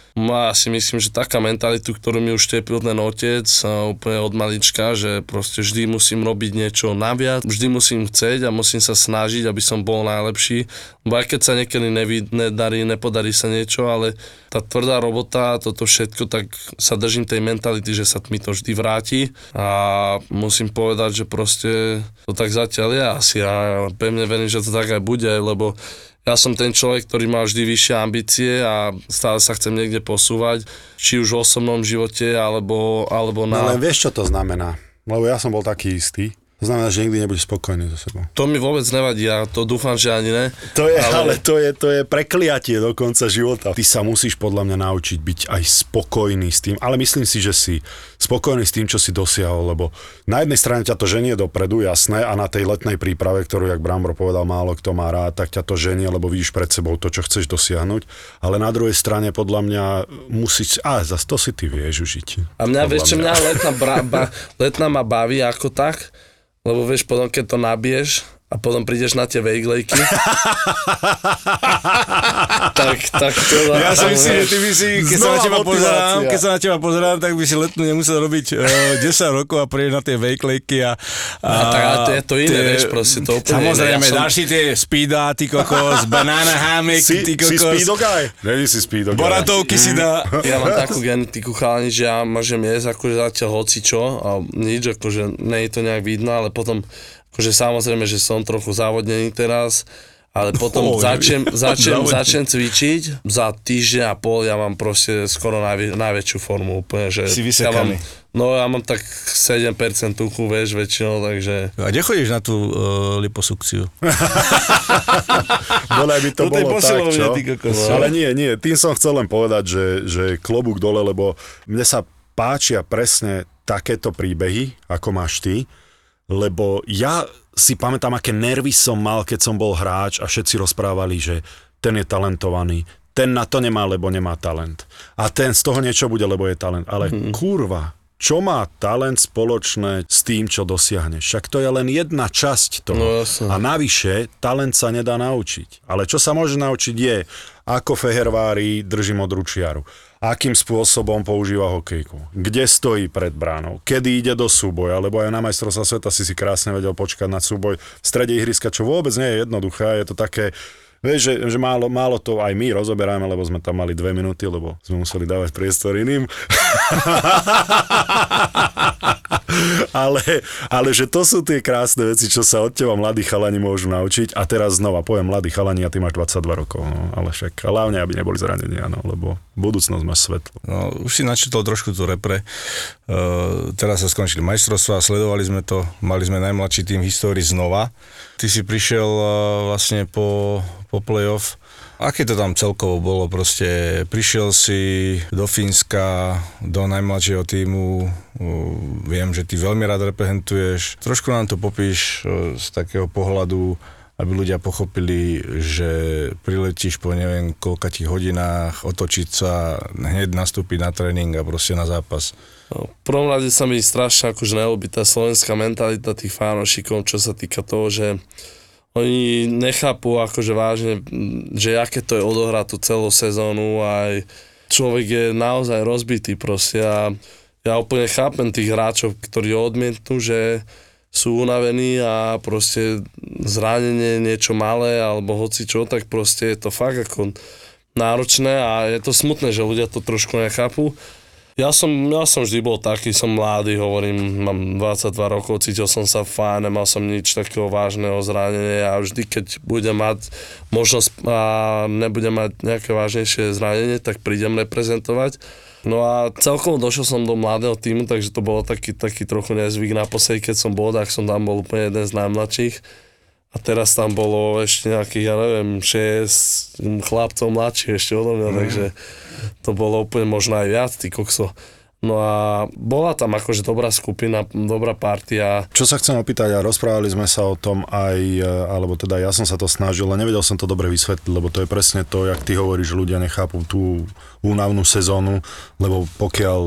Ja si myslím, že taká mentalitu, ktorú mi už tepil ten otec úplne od malička, že proste vždy musím robiť niečo naviac, vždy musím chcieť a musím sa snažiť, aby som bol najlepší. Bo aj keď sa niekedy neví, nedarí, nepodarí sa niečo, ale tá tvrdá robota, toto všetko, tak sa držím tej mentality, že sa mi to vždy vráti a musím povedať, že proste to tak zatiaľ je asi a pevne verím, že to tak aj bude, lebo ja som ten človek, ktorý má vždy vyššie ambície a stále sa chcem niekde posúvať, či už v osobnom živote, alebo, alebo na... No len vieš, čo to znamená? Lebo ja som bol taký istý. To znamená, že nikdy nebudeš spokojný so sebou. To mi vôbec nevadí, ja to dúfam, že ani ne. To je, ale, ale to, je, to je prekliatie do konca života. Ty sa musíš podľa mňa naučiť byť aj spokojný s tým, ale myslím si, že si spokojný s tým, čo si dosiahol, lebo na jednej strane ťa to ženie dopredu, jasné, a na tej letnej príprave, ktorú, jak Brambor povedal, málo kto má rád, tak ťa to ženie, lebo vidíš pred sebou to, čo chceš dosiahnuť, ale na druhej strane podľa mňa musíš, a zase to si ty vieš užiť. A mňa, vieš čo, mňa letná, bra, ba, letná ma baví ako tak, lebo vieš, potom keď to nabiješ a potom prídeš na tie vejglejky, tak, tak to... Ja si myslím, že ty by si, keď sa, na teba pozerám, keď sa na teba pozerám, tak by si letnú nemusel robiť uh, desať rokov a prídeš na tie vejklejky a... a no, tak ale to je to iné, tie, vieš, proste to úplne... Samozrejme, ja som... dáš si tie speeda, ty kokos, banana hammock, si, ty kokos... Si speedogaj? Není si speedogaj. Boratovky si dá. Ja mám takú genetiku, chalani, že ja môžem jesť akože zatiaľ hocičo a nič, akože nie je to nejak vidno, ale potom... Akože samozrejme, že som trochu závodnený teraz, ale potom oh, začnem, začnem, začnem cvičiť, za týždeň a pol ja mám proste skoro najvä, najväčšiu formu úplne, že si ja mám, vysekaný. No ja mám tak sedem percent tuchu, vieš, väčšinou, takže... A kde chodíš na tú uh, liposukciu? Bolej by to Toto bolo tak, čo? No. Ale nie, nie, tým som chcel len povedať, že, že klobúk dole, lebo mne sa páčia presne takéto príbehy, ako máš ty, lebo ja si pamätám, aké nervy som mal, keď som bol hráč a všetci rozprávali, že ten je talentovaný, ten na to nemá, lebo nemá talent. A ten z toho niečo bude, lebo je talent. Ale mm. kurva, čo má talent spoločné s tým, čo dosiahneš? Však to je len jedna časť toho. No, a navyše, talent sa nedá naučiť. Ale čo sa môže naučiť je, ako Fehervári drží modrú čiaru. Akým spôsobom používa hokejku, kde stojí pred bránou, kedy ide do súboja, lebo aj na majstrovstvá sveta si si krásne vedel počkať na súboj v strede ihriska, čo vôbec nie je jednoduché, je to také, vieš, že, že málo, málo to aj my rozoberáme, lebo sme tam mali dve minúty, lebo sme museli dávať priestor iným. ale, ale že to sú tie krásne veci, čo sa od teba mladí chalani môžu naučiť. A teraz znova poviem mladí chalani a ty máš dvadsaťdva rokov. No, ale však hlavne, aby neboli zranenia, no, lebo budúcnosť máš svetlo. No, už si načítal trošku tú repre. Uh, teraz sa skončili majstrovstvá, sledovali sme to, mali sme najmladší tým v histórii znova. Ty si prišiel uh, vlastne po, po play-off. Aké to tam celkovo bolo? Proste prišiel si do Fínska, do najmladšieho tímu, viem, že ty veľmi rád reprezentuješ. Trošku nám to popíš z takého pohľadu, aby ľudia pochopili, že priletíš po neviem koľkatých hodinách, otočiť sa, hneď nastúpiť na tréning a proste na zápas. No, v prvom rade sa mi strašne akože neľúbi tá slovenská mentalita tých fanošikov, čo sa týka toho, že oni nechápu akože vážne, že aké to je odohrať tú celú sezónu a aj človek je naozaj rozbitý proste a ja úplne chápem tých hráčov, ktorí odmietnú, že sú unavení a proste zranenie niečo malé alebo hoci čo, tak proste je to fakt ako náročné a je to smutné, že ľudia to trošku nechápu. Ja som, ja som vždy bol taký, som mladý, hovorím, mám dvadsaťdva rokov, cítil som sa fajn, nemal som nič takého vážneho zranenia a vždy, keď budem mať možnosť a nebudem mať nejaké vážnejšie zranenie, tak prídem reprezentovať. No a celkovo došiel som do mladého týmu, takže to bolo taký, taký trochu nezvyk. Naposledy, keď som bol, tak som tam bol úplne jeden z najmladších. A teraz tam bolo ešte nejakých, ja neviem, šesť chlapcov mladších ešte odo mňa, mm. takže to bolo úplne možno aj viac, ty kokso. No a bola tam akože dobrá skupina, dobrá partia. Čo sa chcem opýtať, a rozprávali sme sa o tom aj, alebo teda ja som sa to snažil, ale nevedel som to dobre vysvetliť, lebo to je presne to, jak ty hovoríš, že ľudia nechápu tú únavnú sezónu, lebo pokiaľ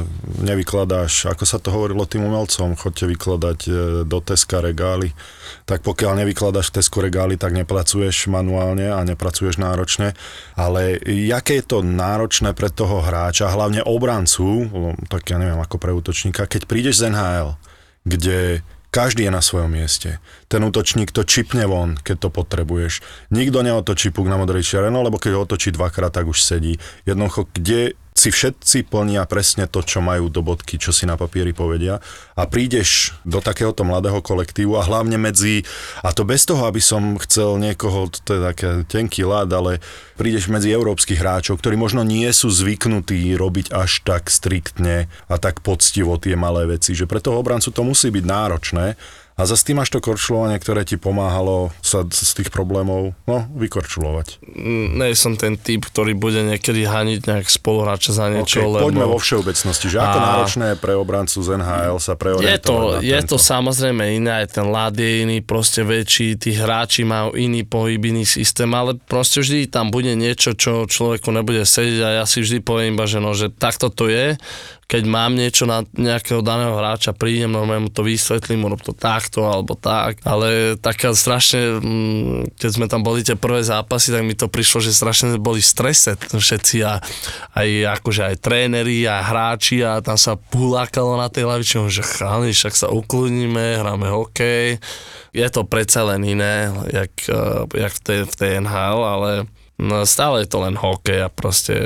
nevykladáš, ako sa to hovorilo tým umelcom, choďte vykladať do Teska regály, tak pokiaľ nevykladáš v Tesku regály, tak nepracuješ manuálne a nepracuješ náročne, ale jaké je to náročné pre toho hráča, hlavne obrancu, tak ja neviem, ako pre útočníka, keď prídeš z en há el, kde každý je na svojom mieste. Ten útočník to čipne von, keď to potrebuješ. Nikto neotočí puk na modrej čiare, no lebo keď ho otočí dvakrát, tak už sedí. Jednoducho, kde si všetci plnia presne to, čo majú do bodky, čo si na papieri povedia a prídeš do takéhoto mladého kolektívu a hlavne medzi, a to bez toho, aby som chcel niekoho, to je také tenký ľad, ale prídeš medzi európskych hráčov, ktorí možno nie sú zvyknutí robiť až tak striktne a tak poctivo tie malé veci, že pre toho obrancu to musí byť náročné. A zase ty máš to korčulovanie, ktoré ti pomáhalo sa z tých problémov, no, vykorčulovať. Nie som ten typ, ktorý bude niekedy haniť nejak spoluhráča za niečo, okay, lebo... Poďme vo všeobecnosti, že ako a... náročné je pre obrancu z en há el sa preorientovať je to, na je tento. to samozrejme iné, aj ten ľad je iný, proste väčší, tí hráči majú iný pohyb, iný systém, ale proste vždy tam bude niečo, čo človeku nebude sedieť a ja si vždy poviem iba, že no, že takto to je. Keď mám niečo na nejakého daného hráča, prídem, no mu to vysvetlím, urob to takto, alebo tak, ale taká strašne, keď sme tam boli tie prvé zápasy, tak mi to prišlo, že strašne boli v strese všetci a aj akože aj tréneri a hráči a tam sa pulákalo na tej lavičke, že chalani, však sa ukludníme, hráme hokej. Je to predsa len iné, jak, jak v tej, v tej en há el, ale no, stále je to len hokej a proste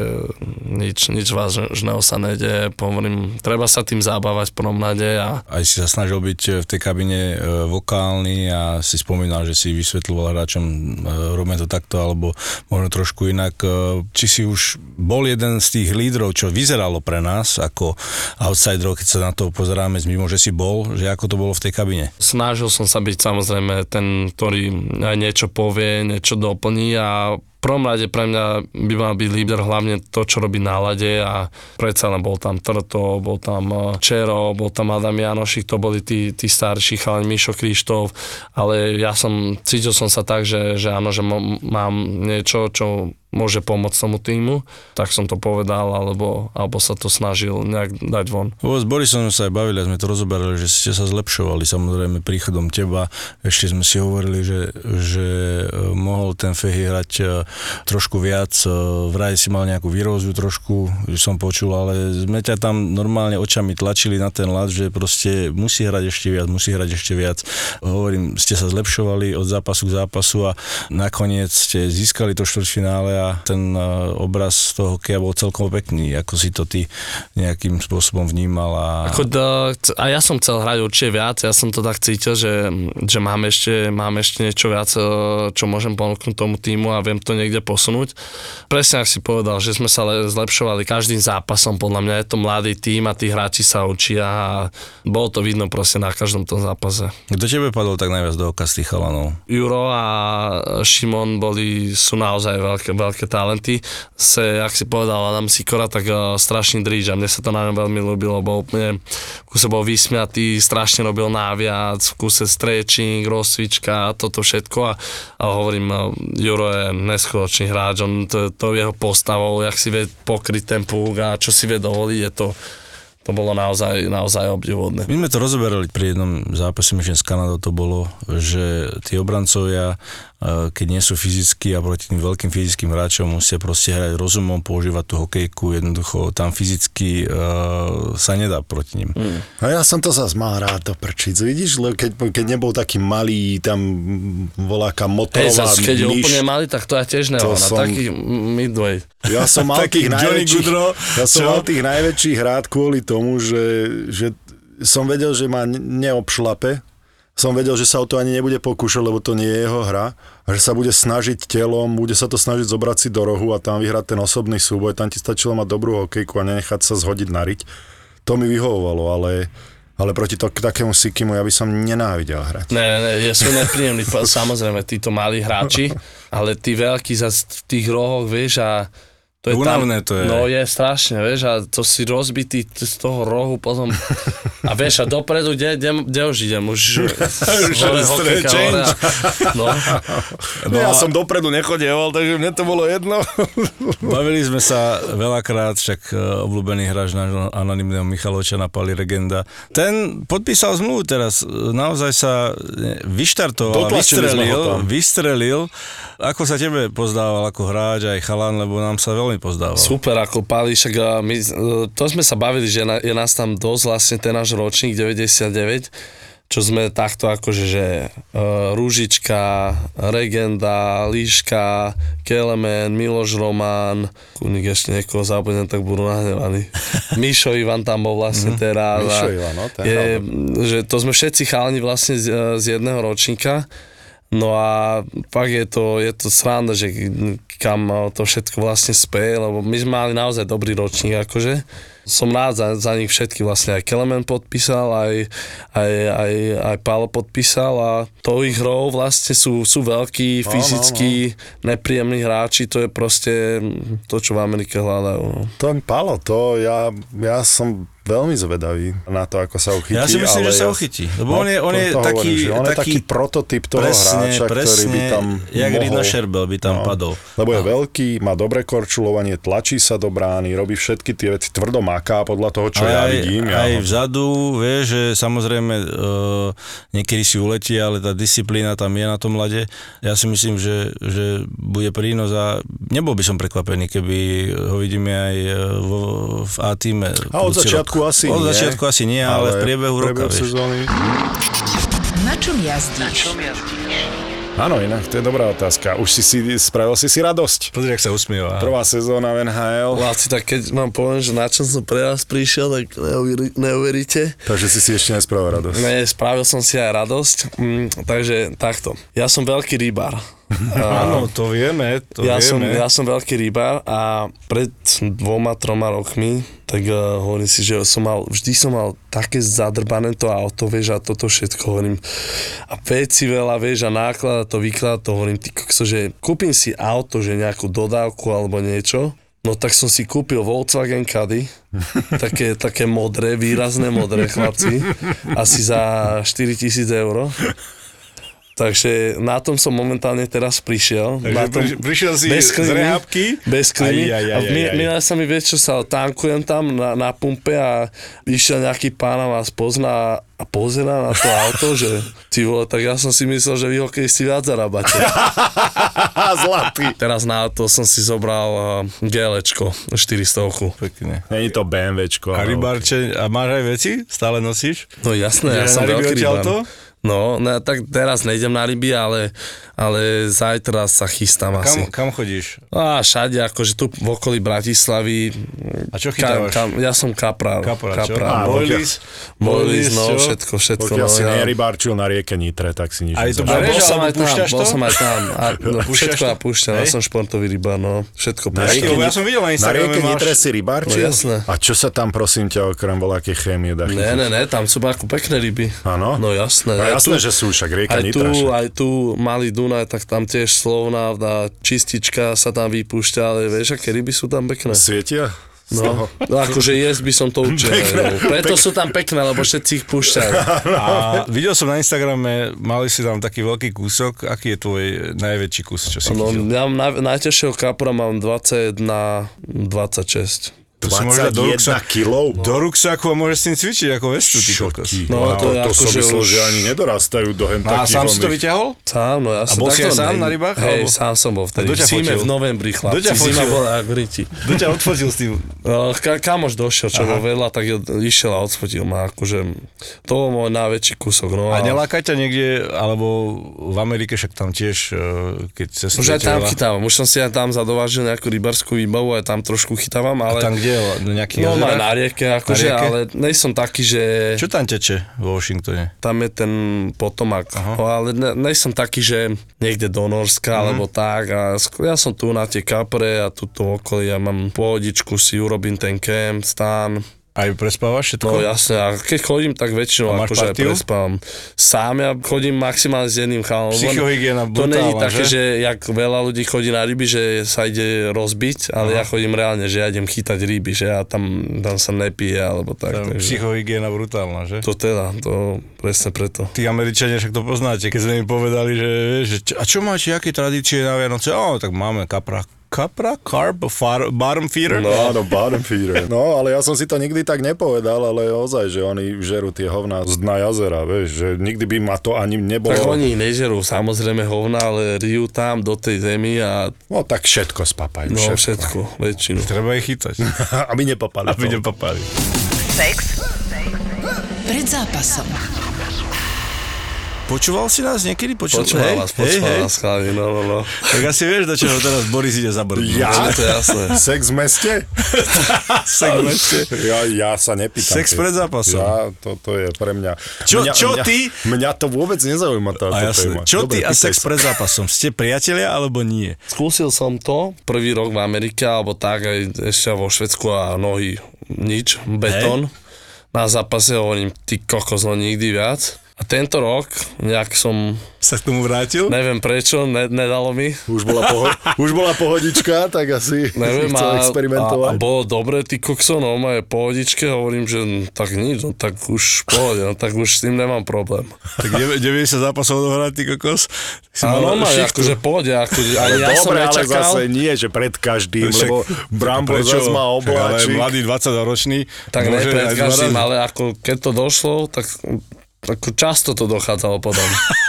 nič, nič vážneho sa nedeje. Hovorím, treba sa tým zabávať v prvom rade. A... Aj si sa snažil byť v tej kabine vokálny a si spomínal, že si vysvetľoval hráčom, robíme to takto, alebo možno trošku inak. Či si už bol jeden z tých lídrov, čo vyzeralo pre nás ako outsiderov, keď sa na to pozeráme z mimo, že si bol, že ako to bolo v tej kabine? Snažil som sa byť samozrejme ten, ktorý aj niečo povie, niečo doplní a v prvom rade pre mňa by mal byť líder hlavne to, čo robí na ľade a predsa len bol tam Trto, bol tam Čero, bol tam Adam Janošik, to boli tí, tí starší chalani, Mišo Krištof, ale ja som, cítil som sa tak, že, že áno, že m- mám niečo, čo môže pomôcť tomu týmu, tak som to povedal, alebo, alebo sa to snažil nejak dať von. S Borisom sme sa aj bavili, sme to rozoberali, že ste sa zlepšovali, samozrejme príchodom teba, ešte sme si hovorili, že, že mohol ten Fehy hrať trošku viac, vraj si mal nejakú výroziu trošku, že som počul, ale sme ťa tam normálne očami tlačili na ten ľad, že proste musí hrať ešte viac, musí hrať ešte viac. Hovorím, ste sa zlepšovali od zápasu k zápasu a nakoniec ste získali to štvrťfinále a ten obraz toho hokeja bol celkom pekný, ako si to ty nejakým spôsobom vnímal. A, Ako da, a ja som chcel hrať určite viac, ja som to tak cítil, že, že mám, ešte, mám ešte niečo viac, čo môžem ponúknuť tomu týmu a viem to niekde posunúť. Presne ak si povedal, že sme sa zlepšovali každým zápasom, podľa mňa je to mladý tím a tí hráči sa učia a bolo to vidno proste na každom tom zápase. Kto tebe padol tak najviac do oka z tých chalanov? Juro a Šimon boli, sú naozaj veľké, veľké talenty. Se, ak si povedal Adam Sikora, tak uh, strašný dríž a mne sa to na ňom veľmi ľúbilo, bol úplne v kuse bol vysmiatý, strašne robil náviac, v kuse stretching, rozcvička a toto všetko a, a hovorím, uh, Juro je neskutočný hráč, on to, to jeho postavou, jak si vie pokryť ten púk a čo si vie dovoliť, je to To bolo naozaj, naozaj obdivuhodné. My sme to rozoberali pri jednom zápase, myslím, s Kanadou to bolo, že tí obrancovia, keď nie sú fyzickí a proti tým veľkým fyzickým hráčom musia proste hrať rozumom, používať tú hokejku, jednoducho tam fyzicky uh, sa nedá proti ním. Mm. A ja som to zase mal rád do prčic, vidíš, keď, keď nebol taký malý, tam voláka motorová hey, keď je úplne malý, tak to ja tiež nemám, som... taký midway. Ja som mal tých najväčších, ja som mal tých najväčších rád kvôli tomu, že, že som vedel, že ma neobšlape, som vedel, že sa o to ani nebude pokúšať, lebo to nie je jeho hra, a že sa bude snažiť telom, bude sa to snažiť zobrať si do rohu a tam vyhrať ten osobný súboj, tam ti stačilo mať dobrú hokejku a nenechať sa zhodiť na riť. To mi vyhovovalo, ale... Ale proti to, takému Sikimu ja by som nenávidel hrať. Ne, ne, ne, sú nepríjemní, samozrejme, títo malí hráči, ale tí veľkí zase v tých rohoch, vieš, a To je Únavné tam, to je. No je strašne, vieš, a to si rozbitý z toho rohu potom. A vieš, a dopredu, kde, kde, kde už idem? Už hore hokejka hore. A, no. No, ja som dopredu nechodieval, takže mne to bolo jedno. Bavili sme sa veľakrát, však obľúbený hráč nášho anonymného Michalovča Napali Regenda. Ten podpísal zmluvu teraz, naozaj sa vyštartoval, vystrelil, vystrelil. Ako sa tebe pozdával ako hráč aj chalan, lebo nám sa veľmi pozdával. Super, ako Pali, však my, to sme sa bavili, že je nás tam dosť, vlastne ten náš ročník deväťdesiatdeväť, čo sme takto akože, že uh, Rúžička, Regenda, Líška, Kelemen, Miloš Roman, kuník ešte niekoho zabudnem, tak budú nahnevaní. Mišo Ivan tam bol vlastne teraz. Mišo Ivan, no, ten je, že to sme všetci chalani vlastne z, z jedného ročníka. No a fakt je to, je to sranda, že kam to všetko vlastne speje, lebo my sme mali naozaj dobrý ročník, akože. Som rád za, za nich všetky, vlastne aj Kelemen podpísal, aj, aj, aj, aj Pálo podpísal a tou ich hrou vlastne sú, sú veľkí, fyzicky, no, no, no. nepríjemní hráči, to je proste to, čo v Amerike hľadajú. No. To mi Pálo, to ja, ja som veľmi zvedavý na to, ako sa uchytí. Ja si myslím, ale že sa ja, uchytí, lebo no, on je, on je to taký, hovorím, on je taký, taký prototyp toho presne, hráča, presne, ktorý by tam jak mohol. Rino Šerbel by tam no, padol. Lebo je no. veľký, má dobré korčulovanie, tlačí sa do brány, robí všetky tie veci, tvrdo maká podľa toho, čo aj, ja vidím. Aj Ja ho... vzadu, vieš, že samozrejme uh, niekedy si uletí, ale tá disciplína tam je na tom ľade. Ja si myslím, že, že bude prínos a nebol by som prekvapený, keby ho vidíme aj vo, v A-tíme. A od začiatku rok. asi Od nie. začiatku asi nie, ale, ale v priebehu roka, vieš. Sezóny. Na čom jazdíš? Áno, inak, to je dobrá otázka. Už si si spravil si si radosť. Pozri, jak sa usmieva. Prvá sezóna v en há el. Láci, tak keď vám poviem, že na čom som pre vás prišiel, tak neuverí, neuveríte. Takže si si ešte nespravil radosť. Ne, spravil som si aj radosť. Mm, takže takto. Ja som veľký rybár. Áno, to vieme, to ja vieme. Som, ja som veľký rybár a pred dvoma, troma rokmi, tak uh, hovorím si, že som mal, vždy som mal také zadrbané to auto, vieš, a toto všetko, hovorím. A veci veľa, vieš, a náklada to, vyklada to, hovorím, ty kokso, že kúpim si auto, že nejakú dodávku alebo niečo. No tak som si kúpil Volkswagen Caddy, také, také modré, výrazné modré, chlapci, asi za štyritisíc eur. Takže na tom som momentálne teraz prišiel. Takže na tom, pri, prišiel si bez klímy, z rehábky? Bez klímy. Aj, aj, aj, a mi, aj, aj. minulé sa mi vieš, čo sa tankujem tam na, na pumpe a išiel nejaký pán a vás pozná a pozerá na to auto, že ty vole, tak ja som si myslel, že vy hokejisti viac zarábate. Zlatý. Teraz na auto som si zobral uh, GLčko štyristovku. Pekne. Není to BMWčko. A ale- rybárče, a máš aj veci? Stále nosíš? No jasné, ja Že som na ryby veľký rybár. odtiaľto? No, ne, tak teraz nejdem na ryby, ale, ale zajtra sa chystám asi. Kam, kam chodíš? A všade, akože tu v okolí Bratislavy. A čo chytávaš? Kam, kam, ja som kaprál. Kaprál, čo? Á, Bojlis? Bojlis, no, čo? všetko, všetko. Pokiaľ No, si ja, nerybárčil na rieke Nitre, tak si nič Aj to nezažil. a bereš, bol som alebo aj tam, púšťaš bol to? som aj tam. A, no, Púšťaš všetko to? ja púšťam, ja Hej? som športový rybár, no. Všetko Na rieke púšťam. Ja som videl na Na Instagrame, rieke máš... Nitre si rybárčil? No, jasné. A čo sa tam, prosím ťa, okrem voľakej chémie dá Ne, chytiť? ne, ne, tam sú ako pekné ryby. Áno? No jasné. No aj jasné, tu- že sú, však rieka Aj tu, Nitra. však. aj tu malý Dunaj, tak tam tiež slovná tá čistička sa tam vypúšťa, ale vieš, aké ryby sú tam pekné. Svietia? Z toho? No, no akože jesť by som to určite. Pekné, Preto sú tam pekné, lebo všetci ich púšťajú. A videl som na Instagrame, mali si tam taký veľký kúsok. Aký je tvoj najväčší kus, čo si No, chytil? ja mám naj, najťažšieho kapra mám dvadsať na dvadsaťšesť. To si môžeš dať do dvadsaťjeden ruksa- kilov? Do ruksaku a môžeš s tým cvičiť ako vestu, ty kokos. Šoky. No, No, to to, je to ako, som že myslel, už- že ani nedorastajú do hen A takých sám si to oných. vyťahol? Sám, no ja som bol si takto aj sám ne- na rybách, Hej, alebo? sám som bol vtedy. Kto ťa V zime fotil? v novembri, Kto chlapci. ťa Zima fotil? bola jak v riti. Kto ťa odfotil s tým? No, ka- kamoš došiel, čo bol vedľa, tak je- išiel a odfotil ma. Akože, to bol môj najväčší kúsok. No, A neláka ťa niekde, alebo v Amerike, však tam tiež, eh, keď Už aj cestujete tam veľa- chytávam. Už som si aj tam zadovážil nejakú rybarskú výbavu, aj tam trošku chytávam, ale... Tam kde? Nejaký No, aj jazera? na rieke, akože, rieke? ale nejsom taký, že Čo tam teče vo Washingtone? tam je ten potomak. No, ale ne, nejsom taký, že niekde do Norska, Mhm. alebo tak. A sk- ja som tu na tie kapre a tuto okolí, ja mám pohodičku, si urobím ten kemp, stán. Aj prespávaš všetko? No jasne, a keď chodím, tak väčšinou akože aj prespávam. Sám ja chodím maximálne s jedným chalom. Psychohygiena brutálna, to není také, že? že jak veľa ľudí chodí na ryby, že sa ide rozbiť, ale Aha. ja chodím reálne, že ja idem chytať ryby, že ja tam, tam sa nepije, alebo tak. Tam takže... Psychohygiena brutálna, že? To teda, to presne preto. Tí Američania, však to poznáte, keď sme im povedali, že, že a čo máte, aké tradície na Vianoce? Ó, tak máme kapra. Kapra? Carb? Far, bottom feeder? No áno, bottom feeder. No, ale ja som si to nikdy tak nepovedal, ale ozaj, že oni žerú tie hovná z dna jazera, vieš, že nikdy by ma to ani nebolo... Tak oni nežerú, samozrejme hovná, ale rijú tam do tej zemi a... No tak všetko spapajú. No všetko, všetko väčšinu. Treba ich chytať. Aby nepapali. Aby nepapali. Sex pred zápasom. Počúval si nás niekedy? Počul... Počúval hej, vás, počúval hej, vás, chlani, no, no, no. Tak asi vieš, do čoho teraz Boris ide zabrnúť. Ja? No, to je jasné. Sex v meste? Sex v meste? Ja, ja sa nepýtam. Sex pred zápasom. Ja, toto je pre mňa... Čo, mňa, čo mňa, ty? Mňa to vôbec nezaujíma táto A jasne. téma. Čo Dobre, ty a pýtaj sex sa. pred zápasom? Ste priatelia alebo nie? Skúsil som to prvý rok v Amerike, alebo tak aj ešte vo Švédsku a nohy nič, betón. Hey. Na zápase hovorím, ty kokos, no nikdy viac. A tento rok nejak som... Sa k tomu vrátil? Neviem prečo, ne, nedalo mi. Už bola, poho- už bola pohodička, tak asi Neviem, si chcel a, experimentovať. a, a bolo dobre, ty kokso, no moje pohodičke, hovorím, že no, tak nič, no tak už pohode, no tak už s tým nemám problém. Tak deväťdesiat zápasov odohrať, ty kokos? Áno, ale akože pohode, akože ani ja som Dobre, ale nečakal. zase nie, že pred každým, Však, lebo Brambor zase má obláčik. Ale mladý dvadsaťročný. Tak ne pred každým, ale ako keď to došlo, tak ako často to dochádzalo potom.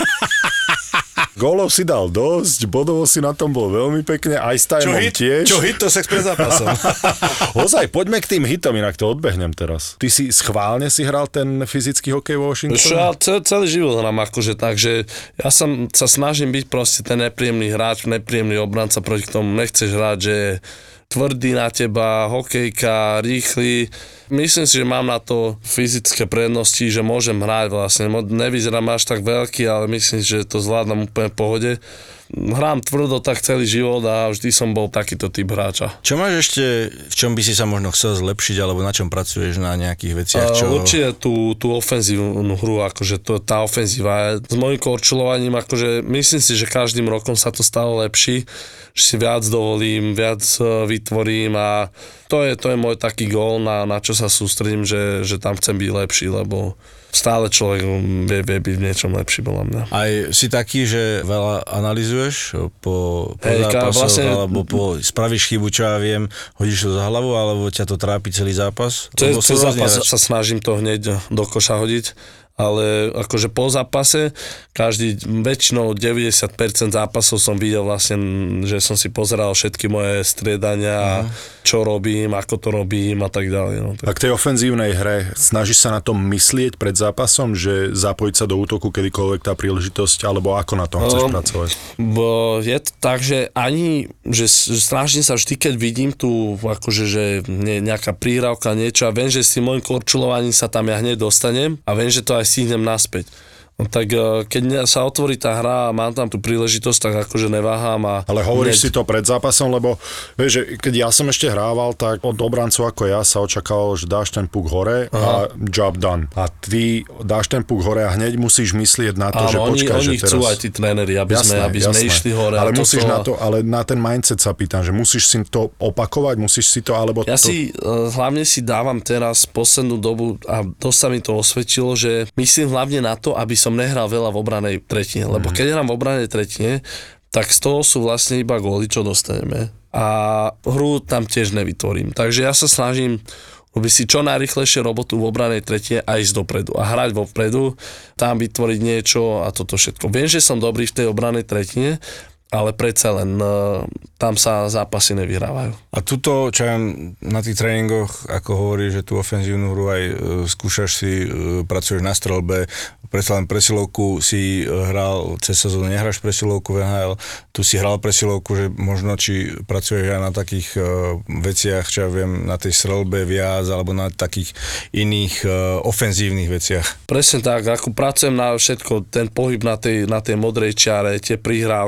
Gólov si dal dosť, bodovo si na tom bol veľmi pekne, aj s tajmom tiež. Čo hit, to sex pred zápasom. Ozaj, poďme k tým hitom, inak to odbehnem teraz. Ty si schválne si hral ten fyzický hokej vo Washingtone? Ja celý, celý život hrám akože tak, že ja som, sa snažím byť proste ten nepríjemný hráč, nepríjemný obranca, proti tomu nechceš hrať, že je tvrdý na teba, hokejka, rýchly. Myslím si, že mám na to fyzické prednosti, že môžem hrať vlastne. Nevyzerám až tak veľký, ale myslím si, že to zvládam úplne v pohode. Hrám tvrdo tak celý život a vždy som bol takýto typ hráča. Čo máš ešte, v čom by si sa možno chcel zlepšiť, alebo na čom pracuješ na nejakých veciach? Čo... Uh, určite tú, tú ofenzívnu hru, akože to, tá ofenzíva. S mojím korčulovaním, akože myslím si, že každým rokom sa to stalo lepší, že si viac dovolím, viac vytvorím a to je, to je môj taký gól, na, na čo sa sústredím, že, že tam chcem byť lepší, lebo stále človek vie, vie byť v niečom lepší, podľa mňa. Aj si taký, že veľa analyzuješ po, po Hej, zápasoch, vlastne... alebo po, spravíš chybu, čo ja viem, hodíš to za hlavu, alebo ťa to trápi celý zápas? Cez, cez zápas sa snažím to hneď do koša hodiť, ale akože po zápase, každý, väčšinou deväťdesiat percent zápasov som videl vlastne, že som si pozeral všetky moje striedania, uh-huh. čo robím, ako to robím a tak ďalej. No, tak. A k tej ofenzívnej hre, snažíš sa na tom myslieť pred zápasom, že zapojiť sa do útoku kedykoľvek tá príležitosť, alebo ako na tom chceš um, pracovať? Bo je to tak, že ani, že snažím sa vždy, keď vidím tu, akože, že nie, nejaká príhrávka, niečo a viem, že s tým môjim korčulovaním sa tam ja hneď dostanem a viem, že to aj stihnem naspäť. No tak keď sa otvorí tá hra a mám tam tú príležitosť, tak akože neváham. A ale hovoríš hneď... si to pred zápasom, lebo vieš, že keď ja som ešte hrával, tak od obrancov ako ja sa očakávalo, že dáš ten puk hore Aha. a job done. A ty dáš ten puk hore a hneď musíš myslieť na to, Áno, že oni, počkaj, oni že teraz... chcú aj tí tréneri, aby jasné, sme, aby jasné. sme išli hore. Ale, to musíš to... na to, ale na ten mindset sa pýtam, že musíš si to opakovať, musíš si to, alebo Ja to... si hlavne si dávam teraz poslednú dobu a dosť sa mi to osvedčilo, že myslím hlavne na to, aby som nehral veľa v obranej tretine, lebo keď hrám v obranej tretine, tak z toho sú vlastne iba góly, čo dostaneme. A hru tam tiež nevytvorím. Takže ja sa snažím robiť si čo najrýchlejšie robotu v obranej tretine a ísť dopredu. A hrať vopredu, tam vytvoriť niečo a toto všetko. Viem, že som dobrý v tej obranej tretine, ale predsa len uh, tam sa zápasy nevyhrávajú. A tuto, čo ja na tých tréningoch, ako hovoríš, že tú ofenzívnu hru aj uh, skúšaš si, uh, pracuješ na streľbe, predsa len presilovku si uh, hral, cez sezónu nehráš presilovku v en há el, tu si hral presilovku, že možno či pracuješ aj na takých uh, veciach, čo ja viem, na tej streľbe viac, alebo na takých iných uh, ofenzívnych veciach. Presne tak, ako pracujem na všetko, ten pohyb na tej, na tej modrej čiare, tie prihrávky, tá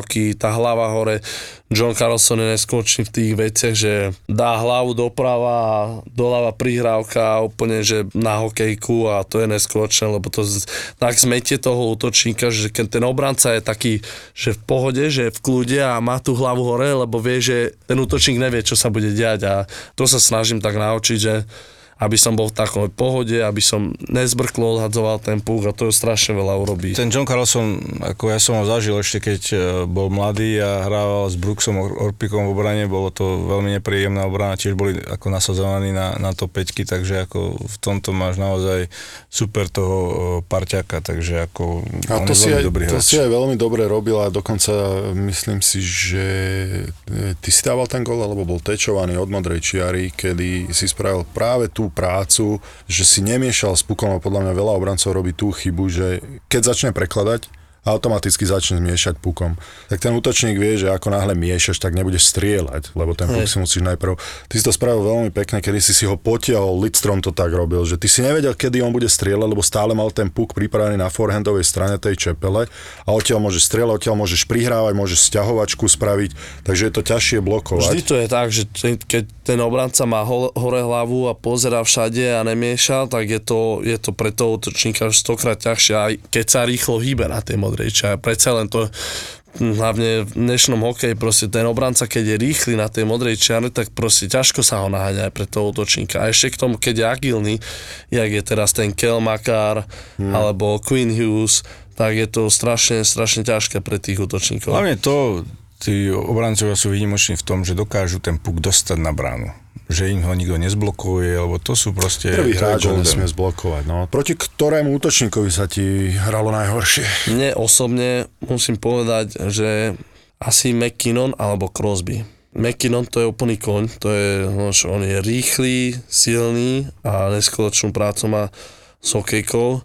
taká hlava hore. John Carlson je neskončný v tých veciach, že dá hlavu doprava a doľava prihrávka úplne, že na hokejku a to je neskončné, lebo to tak zmetie toho útočníka, že keď ten obranca je taký, že v pohode, že je v kľude a má tú hlavu hore, lebo vie, že ten útočník nevie, čo sa bude diať a to sa snažím tak naučiť, že aby som bol v takom pohode, aby som nezbrklo, odhadzoval ten puk a to je strašne veľa urobí. Ten John Carlson, ako ja som ho zažil ešte keď bol mladý a hrával s Brooksom Orpikom v obrane, bolo to veľmi nepríjemná obrana, tiež boli ako nasadzovaní na, na to päťky, takže ako v tomto máš naozaj super toho parťaka, takže ako a on to je si veľmi aj, dobrý to hráč. si aj veľmi dobre robil a dokonca myslím si, že ty si dával ten gól, alebo bol tečovaný od modrej čiary, kedy si spravil práve tú prácu, že si nemiešal s pukom a podľa mňa veľa obrancov robí tú chybu, že keď začne prekladať, automaticky začne miešať pukom. Tak ten útočník vie, že ako náhle miešaš, tak nebudeš strieľať, lebo ten puk si musíš najprv... Ty si to spravil veľmi pekne, kedy si si ho potiahol, Lidstrom to tak robil, že ty si nevedel, kedy on bude strieľať, lebo stále mal ten puk pripravený na forehandovej strane tej čepele a odtiaľ môžeš strieľať, odtiaľ môžeš prihrávať, môžeš sťahovačku spraviť, takže je to ťažšie blokovať. Vždy to je tak, že keď ten obranca má hore hlavu a pozerá všade a nemieša, tak je to, je to pre toho útočníka stokrát ťažšie, aj keď sa rýchlo hýbe na tej modrej čiare. Predsa len to, hlavne v dnešnom hokeji, proste ten obranca, keď je rýchly na tej modrej čiare, tak proste ťažko sa ho naháňa aj pre toho útočníka. A ešte k tomu, keď je agilný, jak je teraz ten Kel Makar hmm. alebo Quinn Hughes, tak je to strašne, strašne ťažké pre tých útočníkov. Hlavne to, tí obrancovia sú výnimoční v tom, že dokážu ten puk dostať na bránu. Že im ho nikto nezblokuje, lebo to sú proste... Prvý hráč ho nesmie zblokovať. No. Proti ktorému útočníkovi sa ti hralo najhoršie? Mne osobne musím povedať, že asi McKinnon alebo Crosby. McKinnon to je úplný koň, to je, no, on je rýchly, silný a neskutočnú prácu má s hokejkou.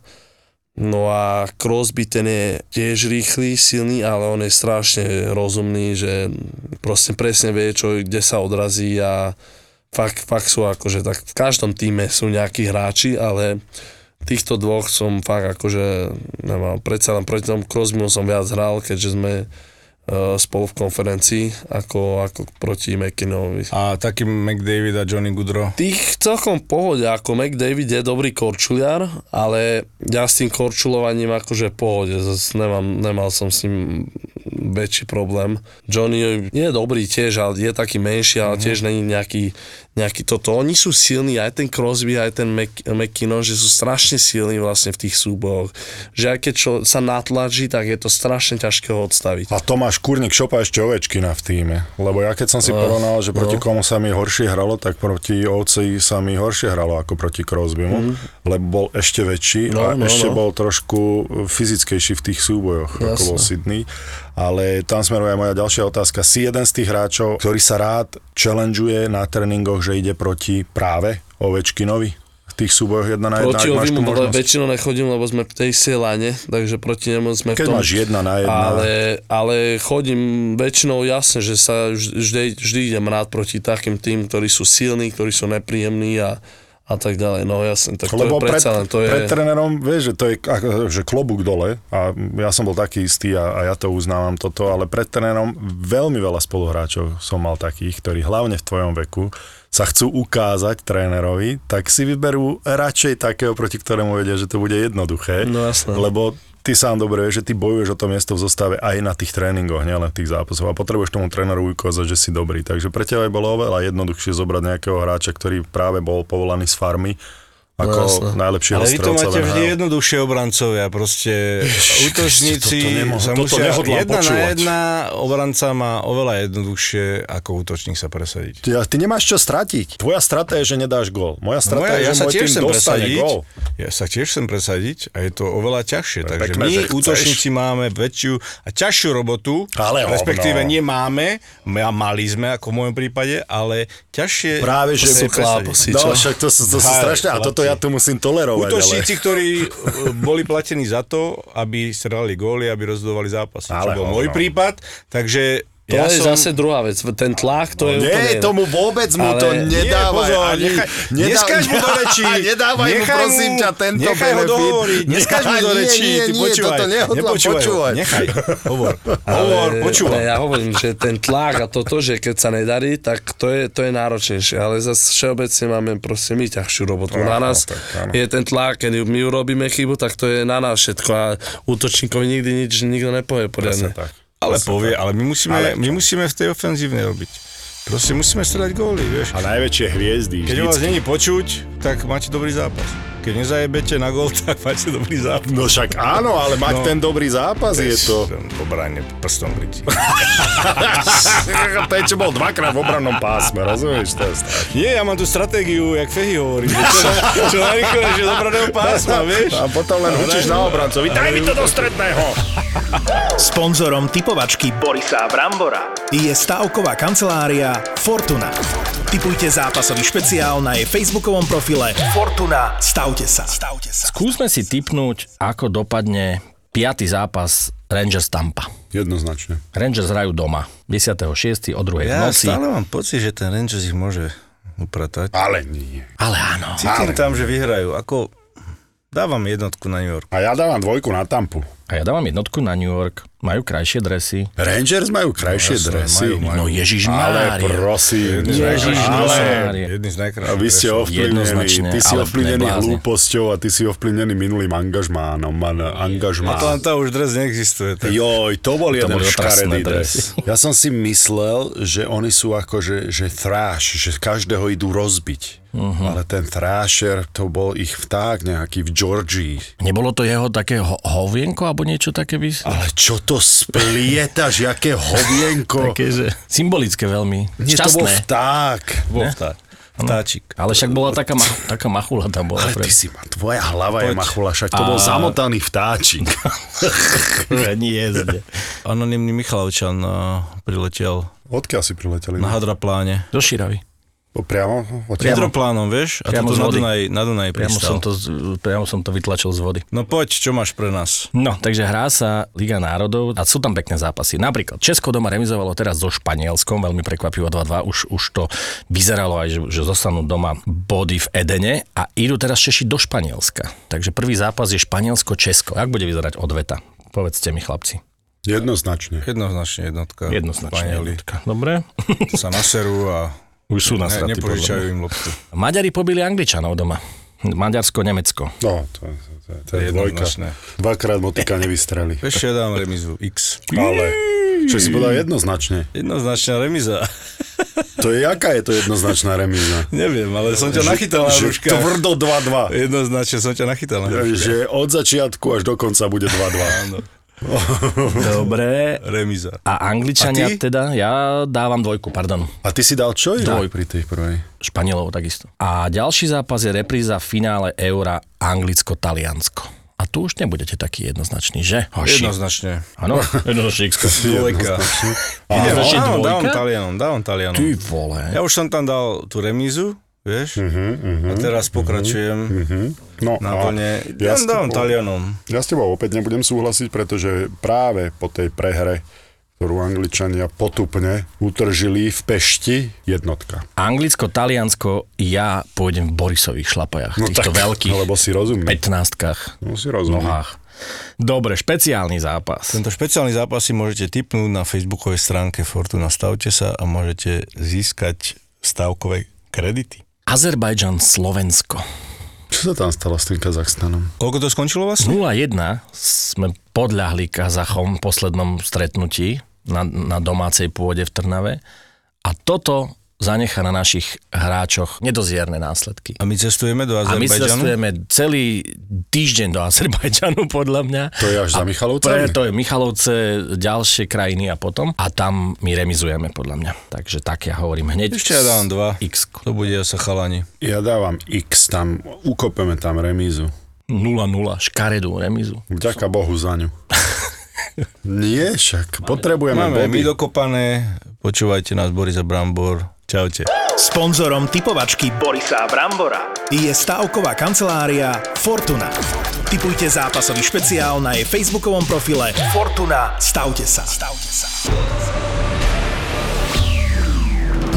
No a Crosby ten je tiež rýchly, silný, ale on je strašne rozumný, že proste presne vie, čo, kde sa odrazí a fakt, fakt sú akože tak v každom týme sú nejakí hráči, ale týchto dvoch som fakt akože nemal, predsa len proti tomu Crosbymu som viac hral, keďže sme uh, spolu v konferencii ako, ako proti McKinnonovi. A taký McDavid a Johnny Gaudreau? Tých celkom v pohode, ako McDavid je dobrý korčuliar, ale ja s tým korčulovaním akože v pohode, zase nemám, nemal som s ním väčší problém. Johnny je dobrý tiež, ale je taký menší, ale tiež není nejaký, nejaký toto. Oni sú silní, aj ten Crosby, aj ten Mc, McKinnon, že sú strašne silní vlastne v tých súbojoch. Že aj keď čo, sa natlačí, tak je to strašne ťažké ho odstaviť. A Tomáš Kurník šopa ešte Ovečkina v týme, lebo ja keď som si uh, porovnal, že proti no. komu sa mi horšie hralo, tak proti Ovci sa mi horšie hralo ako proti Crosbymu, mm. lebo bol ešte väčší no, a no, ešte no. bol trošku fyzickejší v tých súbojoch, Jasne. ako bol Sydney. Ale tam smeruje aj moja ďalšia otázka. Si jeden z tých hráčov, ktorý sa rád challengeuje na tréningoch, že ide proti práve Ovečkinovi v tých súbojoch jedna na jedna? Proti Ovimu väčšinou nechodím, lebo sme v tej sielane, takže proti nemu sme Keď v tom... Keď máš jedna na jedna. Ale, ale chodím väčšinou jasne, že sa vždy, vždy idem rád proti takým tým, ktorí sú silní, ktorí sú nepríjemní a a tak ďalej, no jasne, tak Lebo to je predsa len, to je... pred trénerom, vieš, že to je že klobúk dole a ja som bol taký istý a, a ja to uznávam toto, ale pred trénerom veľmi veľa spoluhráčov som mal takých, ktorí hlavne v tvojom veku sa chcú ukázať trénerovi, tak si vyberú radšej takého, proti ktorému vedia, že to bude jednoduché, no jasne. Lebo ty sám dobre vieš, že ty bojuješ o to miesto v zostave aj na tých tréningoch, nielen v tých zápasoch a potrebuješ tomu trénerovi ukázať, že si dobrý. Takže pre teba bolo oveľa jednoduchšie zobrať nejakého hráča, ktorý práve bol povolaný z farmy, ako no, najlepšieho strelca. Ale vy to máte vždy hral. jednoduchšie obrancovia, proste útočníci to, to, to nemo- sa toto musia, jedna počúvať. na jedna obranca má oveľa jednoduchšie, ako útočník sa presadiť. Ty, ty nemáš čo stratiť. Tvoja strata je, že nedáš gól. Moja strata Moja, je, ja že môj tým dostane gól. Ja sa tiež chcem presadiť a je to oveľa ťažšie. No, takže pekné, my, že útočníci, máme väčšiu a ťažšiu robotu, ale respektíve hovno. nemáme, a mali sme, ako v môjom prípade, ale ťažšie... Práve, že sú chláposi, no, však to, to, to sú strašné a toto ja tu musím tolerovať. Útočníci, ale... ktorí boli platení za to, aby strelali góly, aby rozhodovali zápasy. Čo bol môj prípad, takže To Ja je som- zase druhá vec. Ten tlak, to je Nie, úplne... tomu vôbec mu Ale- to Nie, nedávaj. pozor, ani, nechaj- nedá- neskáž mu do rečí. Nedávaj mu, Nechaj prosím mu- ťa, tento nechaj ho benefit. dohovoriť, neskáž mu do Nie, rečí, nie, ty nie, počúvaj. toto nehodlám Nepočúvaj ho, počúvať. Nechaj, hovor. Ale, Hovor, počúvaj. ale ja hovorím, že ten tlak a toto, že keď sa nedarí, tak to je, to je náročnejšie. Ale zase všeobecne máme proste my ťažšiu robotu. Na Áno, nás tak áno. je ten tlak, keď my urobíme chybu, tak to je na nás všetko a útočníkovi nikdy nič nikto nepovie poriadne. Tak. Ale povie, ale my musíme, Ale my musíme v tej ofenzívnej robiť. Proste musíme strieľať góly, vieš. A najväčšie hviezdy Keď vás vždycky. není počuť, tak máte dobrý zápas. Keď nezajebete na gól, tak máte dobrý zápas. No však áno, ale mať No. ten dobrý zápas je to... Obrane prstom briti. to je, čo bol dvakrát v obrannom pásme, rozumieš? To je strašné. Nie, ja mám tú stratégiu, jak Fehy hovorí, že čo, na, čo najrýchlejšie z obraného pásma, vieš? A potom len učíš na obrancovi. Daj mi to do stredného! Sponzorom typovačky Borisa Brambora je stavková kancelária Fortuna. Tipujte zápasový špeciál na jej facebookovom profile Fortuna. Stavte sa. Stavte sa. Skúsme si tipnúť, ako dopadne piaty zápas Rangers Tampa. Jednoznačne. Rangers hrajú doma. desiateho šiesteho o druhej v Ja noci. stále mám pocit, že ten Rangers ich môže upratať. Ale nie. Ale áno. Cítim tam, že vyhrajú. Ako dávam jednotku na New York. A ja dávam dvojku na Tampu. A ja dávam jednotku na New York. Majú krajšie dresy. Rangers majú krajšie Jasné, dresy. majú, majú. No Ježiš Ale Mária. prosím. Ježiš ale... Mária. Jedný z A najkrajších. vy ste ovplyvnení, Jednoznačne, ty si ale ovplyvnený neblázne. hlúposťou a ty si ovplyvnený minulým angažmánom. Man, angažmán. Atlanta už dres neexistuje. Tak... Joj, to bol jeden boli škaredý otrasné dresy. dres. Ja som si myslel, že oni sú ako, že, že thrash, že každého idú rozbiť. Uh-huh. Ale ten thrasher, to bol ich vták nejaký v Georgii. Nebolo to jeho také ho- hovienko, alebo niečo také by... Ale čo to splietaš, jaké hovienko. Také, že symbolické veľmi. Nie, to bol Šťastné. vták. Bol vták. Vtáčik. Ale však bola taká, ma- taká machula tam bola. Ale ty si ma, tvoja hlava je Poď. machula, však to bol zamotaný vtáčik. Nie, zde. Anonymný Michalovčan uh, priletel Odkiaľ si prileteli? na Hadrapláne. Do Širavy. O, Priamo? Hydroplánom, vieš? A Priamo toto z na vody. Dunaj, na Dunaj Priamo pristal. som, to, z- priamo som to vytlačil z vody. No poď, čo máš pre nás? No, takže hrá sa Liga národov a sú tam pekné zápasy. Napríklad Česko doma remizovalo teraz so Španielskom, veľmi prekvapivo dva dva, už, už to vyzeralo aj, že, že zostanú doma body v Edene a idú teraz Češi do Španielska. Takže prvý zápas je Španielsko-Česko. Jak bude vyzerať odveta? Povedzte mi, chlapci. Jednoznačne. Jednoznačne jednotka. Jednoznačne Španieli jednotka. Dobre? sa naserú a Už sú na ne, straty. nepožičajú im loptu. Maďari pobili Angličanov doma. Maďarsko, Nemecko. No, to, to, to, to je dvojka. Jednoznačné. Dvakrát motika nevystreli. Vieš, čo ja dám remizu X. Ale, čo si povedal jednoznačne? Jednoznačná remiza. To je, jaká je to jednoznačná remíza? Neviem, ale som ťa nachytal na Že ruškách. tvrdo dva dva. Jednoznačne som ťa nachytal na ruškách. Že od začiatku až do konca bude dva dva. Áno, Dobre. remiza. A Angličania A ty? teda, ja dávam dvojku, pardon. A ty si dal čo inak Dvoj. pri tej prvej? Španielov takisto. A ďalší zápas je repríza v finále Eura Anglicko-Taliansko. A tu už nebudete taký jednoznačný, že? Hoši. Jednoznačne. Áno, jednoznačný X. Dvojka. Idem, Dávam, dvojka? dávam Talianom, dávam Talianom. Ty vole. Ja už som tam dal tú remízu, vieš? Uh-huh, uh-huh, A teraz pokračujem uh-huh. No, na a vlne. ja Ja s dávam tebou- Talianom. Ja s tebou opäť nebudem súhlasiť, pretože práve po tej prehre, ktorú Angličania potupne utržili v Pešti, jednotka. Anglicko-Taliansko, ja pôjdem v Borisových šlapajach, No týchto tak, veľkých lebo si rozumný. pätnástkach, No si rozumný. nohách. Dobre, špeciálny zápas. Tento špeciálny zápas si môžete tipnúť na facebookovej stránke Fortuna. Stavte sa a môžete získať stavkové kredity. Azerbajdžan, Slovensko. Čo sa tam stalo s tým Kazachstanom? Koľko to skončilo vlastne? nula jedna sme podľahli Kazachom v poslednom stretnutí na, na domácej pôde v Trnave a toto zanechá na našich hráčoch nedozierne následky. A my cestujeme do A my Azerbajdžanu? cestujeme celý týždeň do Azerbajdžanu, podľa mňa. To je až za Michalovcami? Pre, to je Michalovce, ďalšie krajiny a potom. A tam my remizujeme, podľa mňa. Takže tak ja hovorím hneď. Ešte ja dávam dva. X. To bude sa chalani. Ja dávam X, tam ukopeme tam remízu. nula nula, škaredú remizu. Vďaka Bohu za ňu. Nie, však potrebujeme Máme my body. dokopané. Počúvajte nás, Boris a Brambor. Čaute. Sponzorom typovačky Borisa Brambora je stavková kancelária Fortuna. Tipujte zápasový špeciál na jej facebookovom profile Fortuna. Stavte sa. Stavte sa.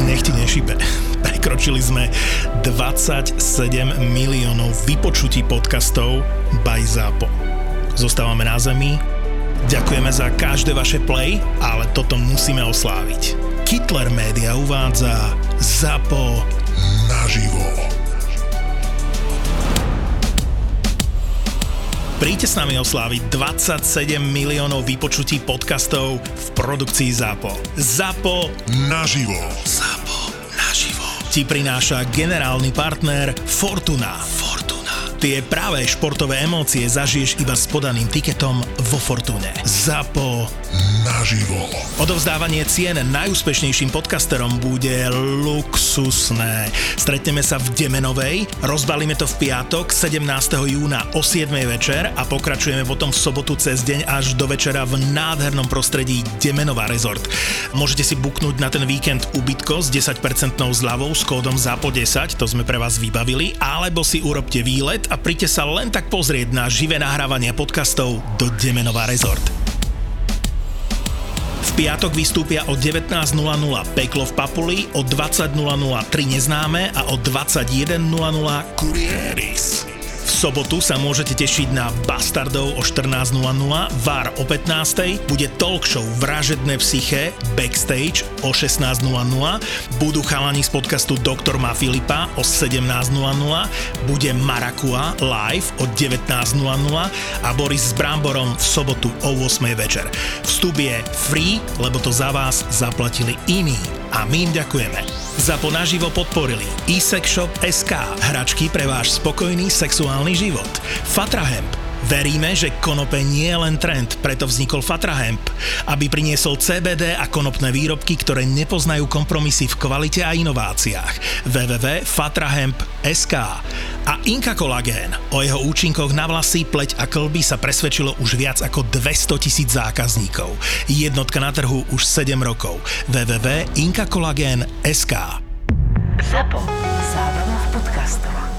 nech ti nešibe. Prekročili sme dvadsaťsedem miliónov vypočutí podcastov by ZAPO. Zostávame na zemi. Ďakujeme za každé vaše play, ale toto musíme osláviť. Kittler Media uvádza ZAPO naživo. Príďte s nami osláviť dvadsaťsedem miliónov vypočutí podcastov v produkcii ZAPO. ZAPO naživo. ZAPO naživo ti prináša generálny partner Fortuna. Fortuna. Tie práve športové emócie zažiješ iba s podaným tiketom vo Fortune. ZAPO naživo. Odovzdávanie cien najúspešnejším podcasterom bude luxusné. Stretneme sa v Demenovej, rozbalíme to v piatok sedemnásteho júna o siedmej večer a pokračujeme potom v sobotu cez deň až do večera v nádhernom prostredí Demenová Resort. Môžete si buknúť na ten víkend ubytko s desať percent zľavou s kódom ZAPO desať, to sme pre vás vybavili, alebo si urobte výlet a príďte sa len tak pozrieť na živé nahrávania podcastov do Demenová Resort. V piatok vystúpia o devätnásť nula nula Peklo v Papuli, o dvadsať nula nula Tri neznáme a o dvadsaťjeden nula nula Kurieris. V sobotu sa môžete tešiť na Bastardov o štrnásť nula nula, Var o pätnástej, bude talk show Vražedné psyché, Backstage o šestnásť nula nula, budú chalani z podcastu Doktor má Filipa o sedemnásť nula nula, bude Marakua live o devätnásť nula nula a Boris s Bramborom v sobotu o ôsmej večer. Vstup je free, lebo to za vás zaplatili iní. A my im ďakujeme. ZAPO naživo podporili eSexShop bodka es ká, hračky pre váš spokojný sexuálny život. Fatrahemp. Veríme, že konope nie je len trend, preto vznikol Fatrahemp, aby priniesol cé bé dé a konopné výrobky, ktoré nepoznajú kompromisy v kvalite a inováciách. w w w bodka fatrahemp bodka es ká. A Inka Kolagén. O jeho účinkoch na vlasy, pleť a kĺby sa presvedčilo už viac ako dvestotisíc zákazníkov. Jednotka na trhu už sedem rokov. w w w bodka inka kolagén bodka es ká. ZAPO. Zábrná v podcastovách.